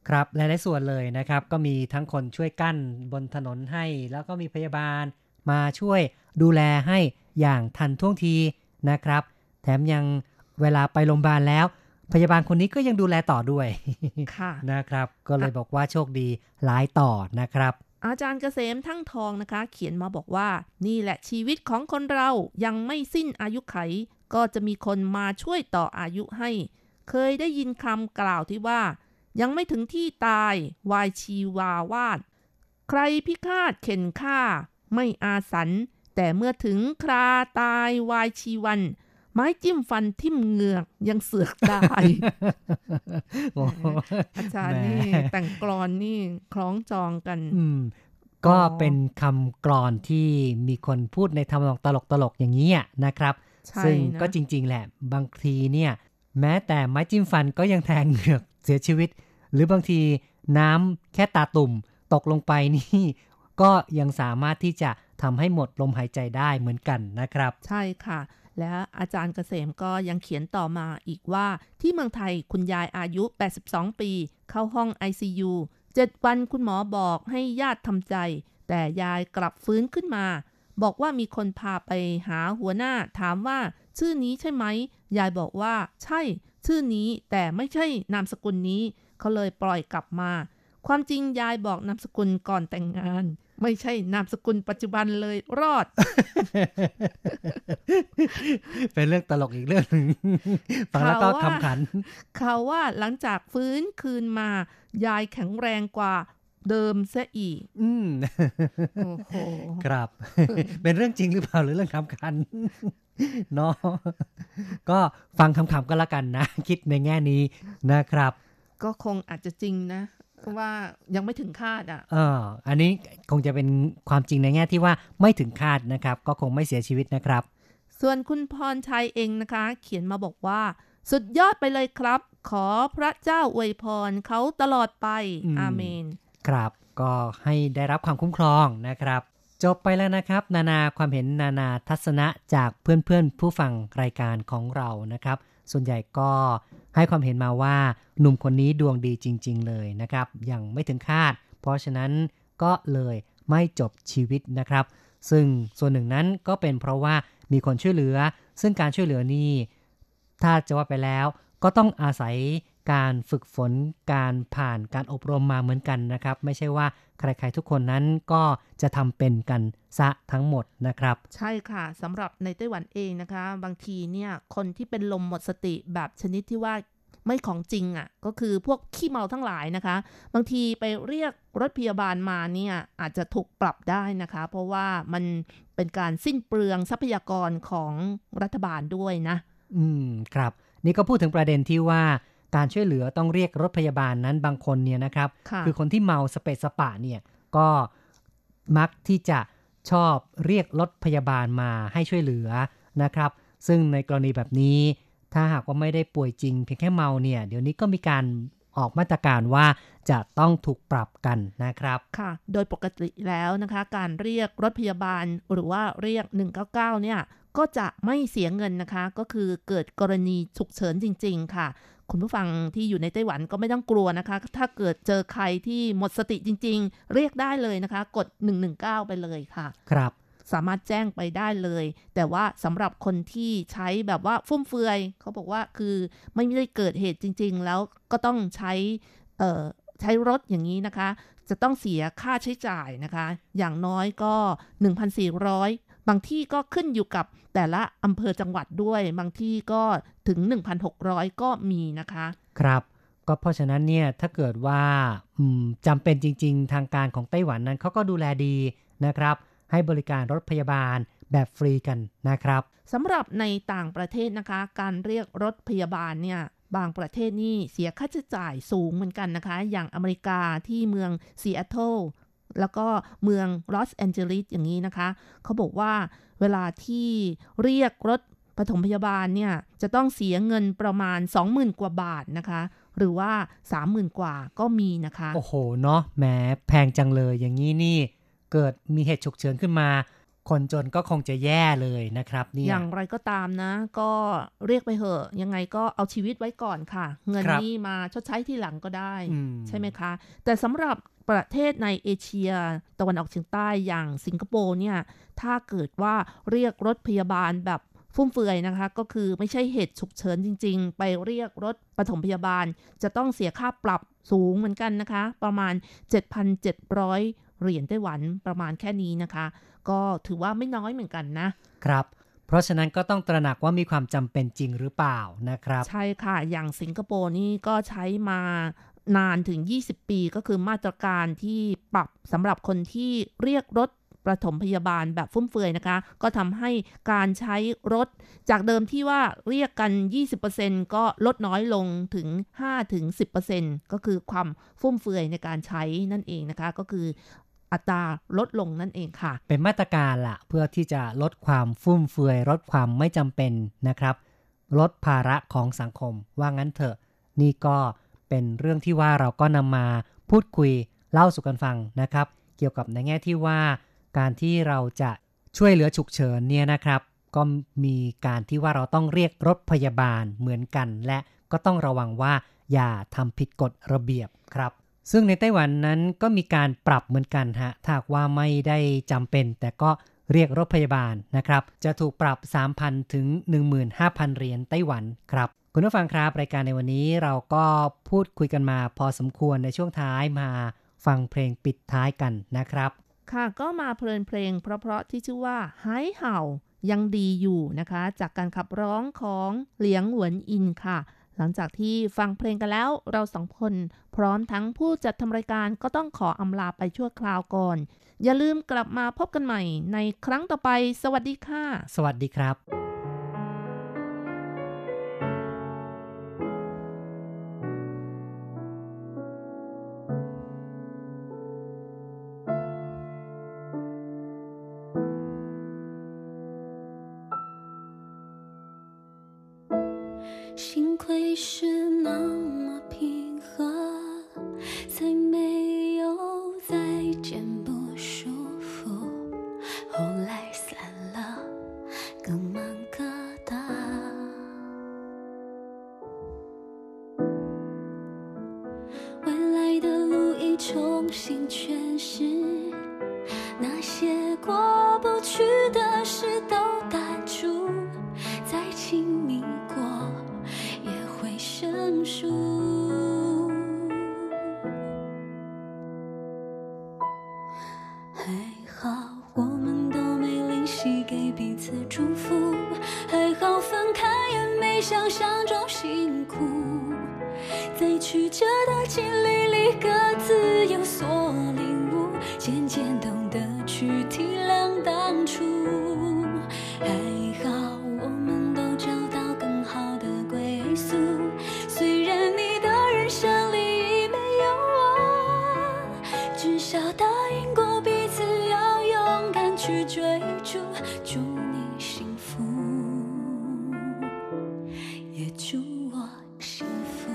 ครับหลายๆส่วนเลยนะครับก็มีทั้งคนช่วยกั้นบนถนนให้แล้วก็มีพยาบาลมาช่วยดูแลให้อย่างทันท่วงทีนะครับแถมยังเวลาไปโรงพยาบาลแล้วพยาบาลคนนี้ก็ยังดูแลต่อด้วยค่ะนะครับก็เลยบอกว่าโชคดีหลายต่อนะครับอาจารย์เกษมทั้งทองนะคะเขียนมาบอกว่านี่แหละชีวิตของคนเรายังไม่สิ้นอายุไขก็จะมีคนมาช่วยต่ออายุให้เคยได้ยินคำกล่าวที่ว่ายังไม่ถึงที่ตายวายชีวาวาดใครพิฆาตเข็นฆ่าไม่อาสันแต่เมื่อถึงคราตายวายชีวันไม้จิ้มฟันทิ่มเหงือกยังเสือกได้ อาจารย์นี่แต่งกลอนนี่คล้องจองกันก็เป็นคำกลอนที่มีคนพูดในทำนองตลกๆอย่างนี้นะครับซึ่งก็จริงๆแหละบางทีเนี่ยแม้แต่ไม้จิ้มฟันก็ยังแทงเหงือกเสียชีวิตหรือบางทีน้ำแค่ตาตุ่มตกลงไปนี่ก็ยังสามารถที่จะทำให้หมดลมหายใจได้เหมือนกันนะครับใช่ค่ะและอาจารย์เกษมก็ยังเขียนต่อมาอีกว่าที่เมืองไทยคุณยายอายุ82ปีเข้าห้อง ICU 7 วันคุณหมอบอกให้ญาติทำใจแต่ยายกลับฟื้นขึ้นมาบอกว่ามีคนพาไปหาหัวหน้าถามว่าชื่อนี้ใช่ไหมยายบอกว่าใช่ชื่อนี้แต่ไม่ใช่นามสกุลนี้เขาเลยปล่อยกลับมาความจริงยายบอกนามสกุลก่อนแต่งงานไม่ใช่นามสกุลปัจจุบันเลยรอดเป็นเรื่องตลกอีกเรื่องนึงฟังแล้วก็ขำขันเขาว่าหลังจากฟื้นคืนมายายแข็งแรงกว่าเดิมซะอีกโอ้โหครับ เป็นเรื่องจริงหรือเปล่าหรือเรื่องขำขันเนาะก็ฟังขำๆก็แล้วกันนะคิดในแง่นี้นะครับก็คงอาจจะจริงนะว่ายังไม่ถึงคาดอันนี้คงจะเป็นความจริงในแง่ที่ว่าไม่ถึงคาดนะครับก็คงไม่เสียชีวิตนะครับส่วนคุณพรชัยเองนะคะเขียนมาบอกว่าสุดยอดไปเลยครับขอพระเจ้าอวยพรเขาตลอดไปอาเมนครับก็ให้ได้รับความคุ้มครองนะครับจบไปแล้วนะครับนานาความเห็นนานาทัศนะจากเพื่อนๆผู้ฟังรายการของเรานะครับส่วนใหญ่ก็ให้ความเห็นมาว่าหนุ่มคนนี้ดวงดีจริงๆเลยนะครับยังไม่ถึงคาดเพราะฉะนั้นก็เลยไม่จบชีวิตนะครับซึ่งส่วนหนึ่งนั้นก็เป็นเพราะว่ามีคนช่วยเหลือซึ่งการช่วยเหลือนี่ถ้าจะว่าไปแล้วก็ต้องอาศัยการฝึกฝนการผ่านการอบรมมาเหมือนกันนะครับไม่ใช่ว่าใครๆทุกคนนั้นก็จะทำเป็นกันซะทั้งหมดนะครับใช่ค่ะสำหรับในไต้หวันเองนะคะบางทีเนี่ยคนที่เป็นลมหมดสติแบบชนิดที่ว่าไม่ของจริงก็คือพวกขี้เมาทั้งหลายนะคะบางทีไปเรียกรถพยาบาลมาเนี่ยอาจจะถูกปรับได้นะคะเพราะว่ามันเป็นการสิ้นเปลืองทรัพยากรของรัฐบาลด้วยนะครับนี่ก็พูดถึงประเด็นที่ว่าการช่วยเหลือต้องเรียกรถพยาบาลนั้นบางคนเนี่ยนะครับคือคนที่เมาสเปะสปะเนี่ยก็มักที่จะชอบเรียกรถพยาบาลมาให้ช่วยเหลือนะครับซึ่งในกรณีแบบนี้ถ้าหากว่าไม่ได้ป่วยจริงเพียงแค่เมาเนี่ยเดี๋ยวนี้ก็มีการออกมาตรการว่าจะต้องถูกปรับกันนะครับค่ะโดยปกติแล้วนะคะการเรียกรถพยาบาลหรือว่าเรียก199เนี่ยก็จะไม่เสียเงินนะคะก็คือเกิดกรณีฉุกเฉินจริงๆค่ะคุณผู้ฟังที่อยู่ในไต้หวันก็ไม่ต้องกลัวนะคะถ้าเกิดเจอใครที่หมดสติจริงๆเรียกได้เลยนะคะกด119ไปเลยค่ะครับสามารถแจ้งไปได้เลยแต่ว่าสำหรับคนที่ใช้แบบว่าฟุ่มเฟือยเขาบอกว่าคือไม่ได้เกิดเหตุจริงๆแล้วก็ต้องใช้รถอย่างนี้นะคะจะต้องเสียค่าใช้จ่ายนะคะอย่างน้อยก็ 1,400 บางที่ก็ขึ้นอยู่กับแต่ละอำเภอจังหวัดด้วยบางที่ก็ถึง 1,600 ก็มีนะคะครับก็เพราะฉะนั้นเนี่ยถ้าเกิดว่าจำเป็นจริงๆทางการของไต้หวันนั้นเขาก็ดูแลดีนะครับให้บริการรถพยาบาลแบบฟรีกันนะครับสำหรับในต่างประเทศนะคะการเรียกรถพยาบาลเนี่ยบางประเทศนี่เสียค่าใช้จ่ายสูงเหมือนกันนะคะอย่างอเมริกาที่เมืองซีแอตเทิลแล้วก็เมืองลอสแอนเจลิสอย่างนี้นะคะเขาบอกว่าเวลาที่เรียกรถปฐมพยาบาลเนี่ยจะต้องเสียเงินประมาณ 20,000 กว่าบาทนะคะหรือว่า 30,000 กว่าก็มีนะคะโอ้โหเนาะแหมแพงจังเลยอย่างนี้นี่เกิดมีเหตุฉุกเฉินขึ้นมาคนจนก็คงจะแย่เลยนะครับเนี่ยอย่างไรก็ตามนะก็เรียกไปเหอะยังไงก็เอาชีวิตไว้ก่อนค่ะเงินนี้มาชดใช้ทีหลังก็ได้ใช่ไหมคะแต่สำหรับประเทศในเอเชียตะวันออกเฉียงใต้อย่างสิงคโปร์เนี่ยถ้าเกิดว่าเรียกรถพยาบาลแบบฟุ่มเฟือยนะคะก็คือไม่ใช่เหตุฉุกเฉินจริงๆไปเรียกรถปฐมพยาบาลจะต้องเสียค่าปรับสูงเหมือนกันนะคะประมาณ 7,700 เหรียญไต้หวันประมาณแค่นี้นะคะก็ถือว่าไม่น้อยเหมือนกันนะครับเพราะฉะนั้นก็ต้องตระหนักว่ามีความจำเป็นจริงหรือเปล่านะครับใช่ค่ะอย่างสิงคโปร์นี่ก็ใช้มานานถึง20ปีก็คือมาตรการที่ปรับสำหรับคนที่เรียกรถปฐมพยาบาลแบบฟุ่มเฟือยนะคะก็ทำให้การใช้รถจากเดิมที่ว่าเรียกกัน 20% ก็ลดน้อยลงถึง 5-10% ก็คือความฟุ่มเฟือยในการใช้นั่นเองนะคะก็คืออัตราลดลงนั่นเองค่ะเป็นมาตรการล่ะเพื่อที่จะลดความฟุ่มเฟือยลดความไม่จำเป็นนะครับลดภาระของสังคมว่างั้นเถอะนี่ก็เป็นเรื่องที่ว่าเราก็นำมาพูดคุยเล่าสู่กันฟังนะครับเกี่ยวกับในแง่ที่ว่าการที่เราจะช่วยเหลือฉุกเฉินเนี่ยนะครับก็มีการที่ว่าเราต้องเรียกรถพยาบาลเหมือนกันและก็ต้องระวังว่าอย่าทำผิดกฎระเบียบครับซึ่งในไต้หวันนั้นก็มีการปรับเหมือนกันฮะถ้าว่าไม่ได้จำเป็นแต่ก็เรียกรถพยาบาลนะครับจะถูกปรับ 3,000 ถึง 15,000 เหรียญไต้หวันครับคุณผู้ฟังครับรายการในวันนี้เราก็พูดคุยกันมาพอสมควรในช่วงท้ายมาฟังเพลงปิดท้ายกันนะครับค่ะก็มาเพลินเพลงเพราะๆที่ชื่อว่าหายเห่ายังดีอยู่นะคะจากการขับร้องของเหลียงหวนอินค่ะหลังจากที่ฟังเพลงกันแล้วเราสองคนพร้อมทั้งผู้จัดทำรายการก็ต้องขออำลาไปชั่วคราวก่อนอย่าลืมกลับมาพบกันใหม่ในครั้งต่อไปสวัสดีค่ะสวัสดีครับ幸亏是那么平和，才没有再见不舒服。后来散了，各忙各的。未来的路已重新诠释，那些过不去的事都打住，再亲密过也会生疏。还好我们都没灵犀给彼此祝福，还好分开也没想象中辛苦，在曲折的经历里各自有所领悟，渐渐懂得去体谅当初。还好我们都找到更好的归宿，虽然你的人生里已没有我，至少答应过彼此要勇敢去追逐。祝你幸福，也祝我幸福。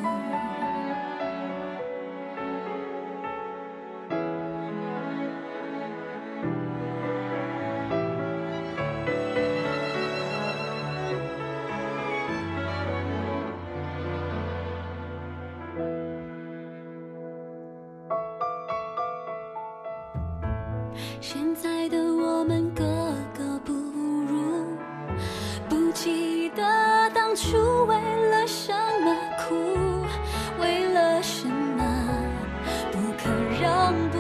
现在的我们格格不入，不记得当初为了什么哭，为了什么不肯让步。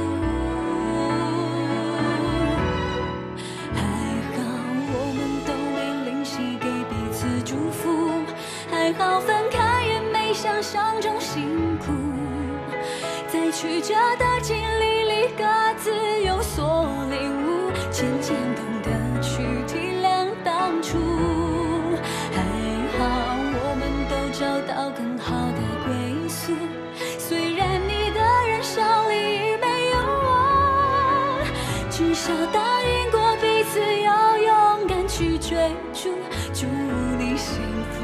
还好我们都没灵犀给彼此祝福，还好分开也没想象中辛苦，在曲折的经历里各自有所领悟，渐渐懂得去体谅当初。还好我们都找到更好的归宿，虽然你的人生里已没有我，至少答应过彼此要勇敢去追逐。祝你幸福，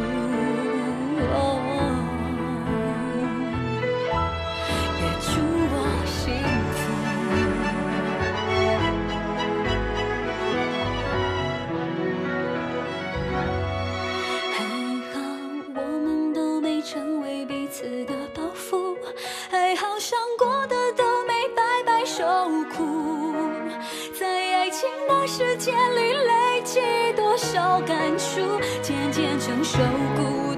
也祝我幸福。 此的包袱，还好伤过的都没白白受苦，在爱情的世界里累积多少感触，渐渐成熟固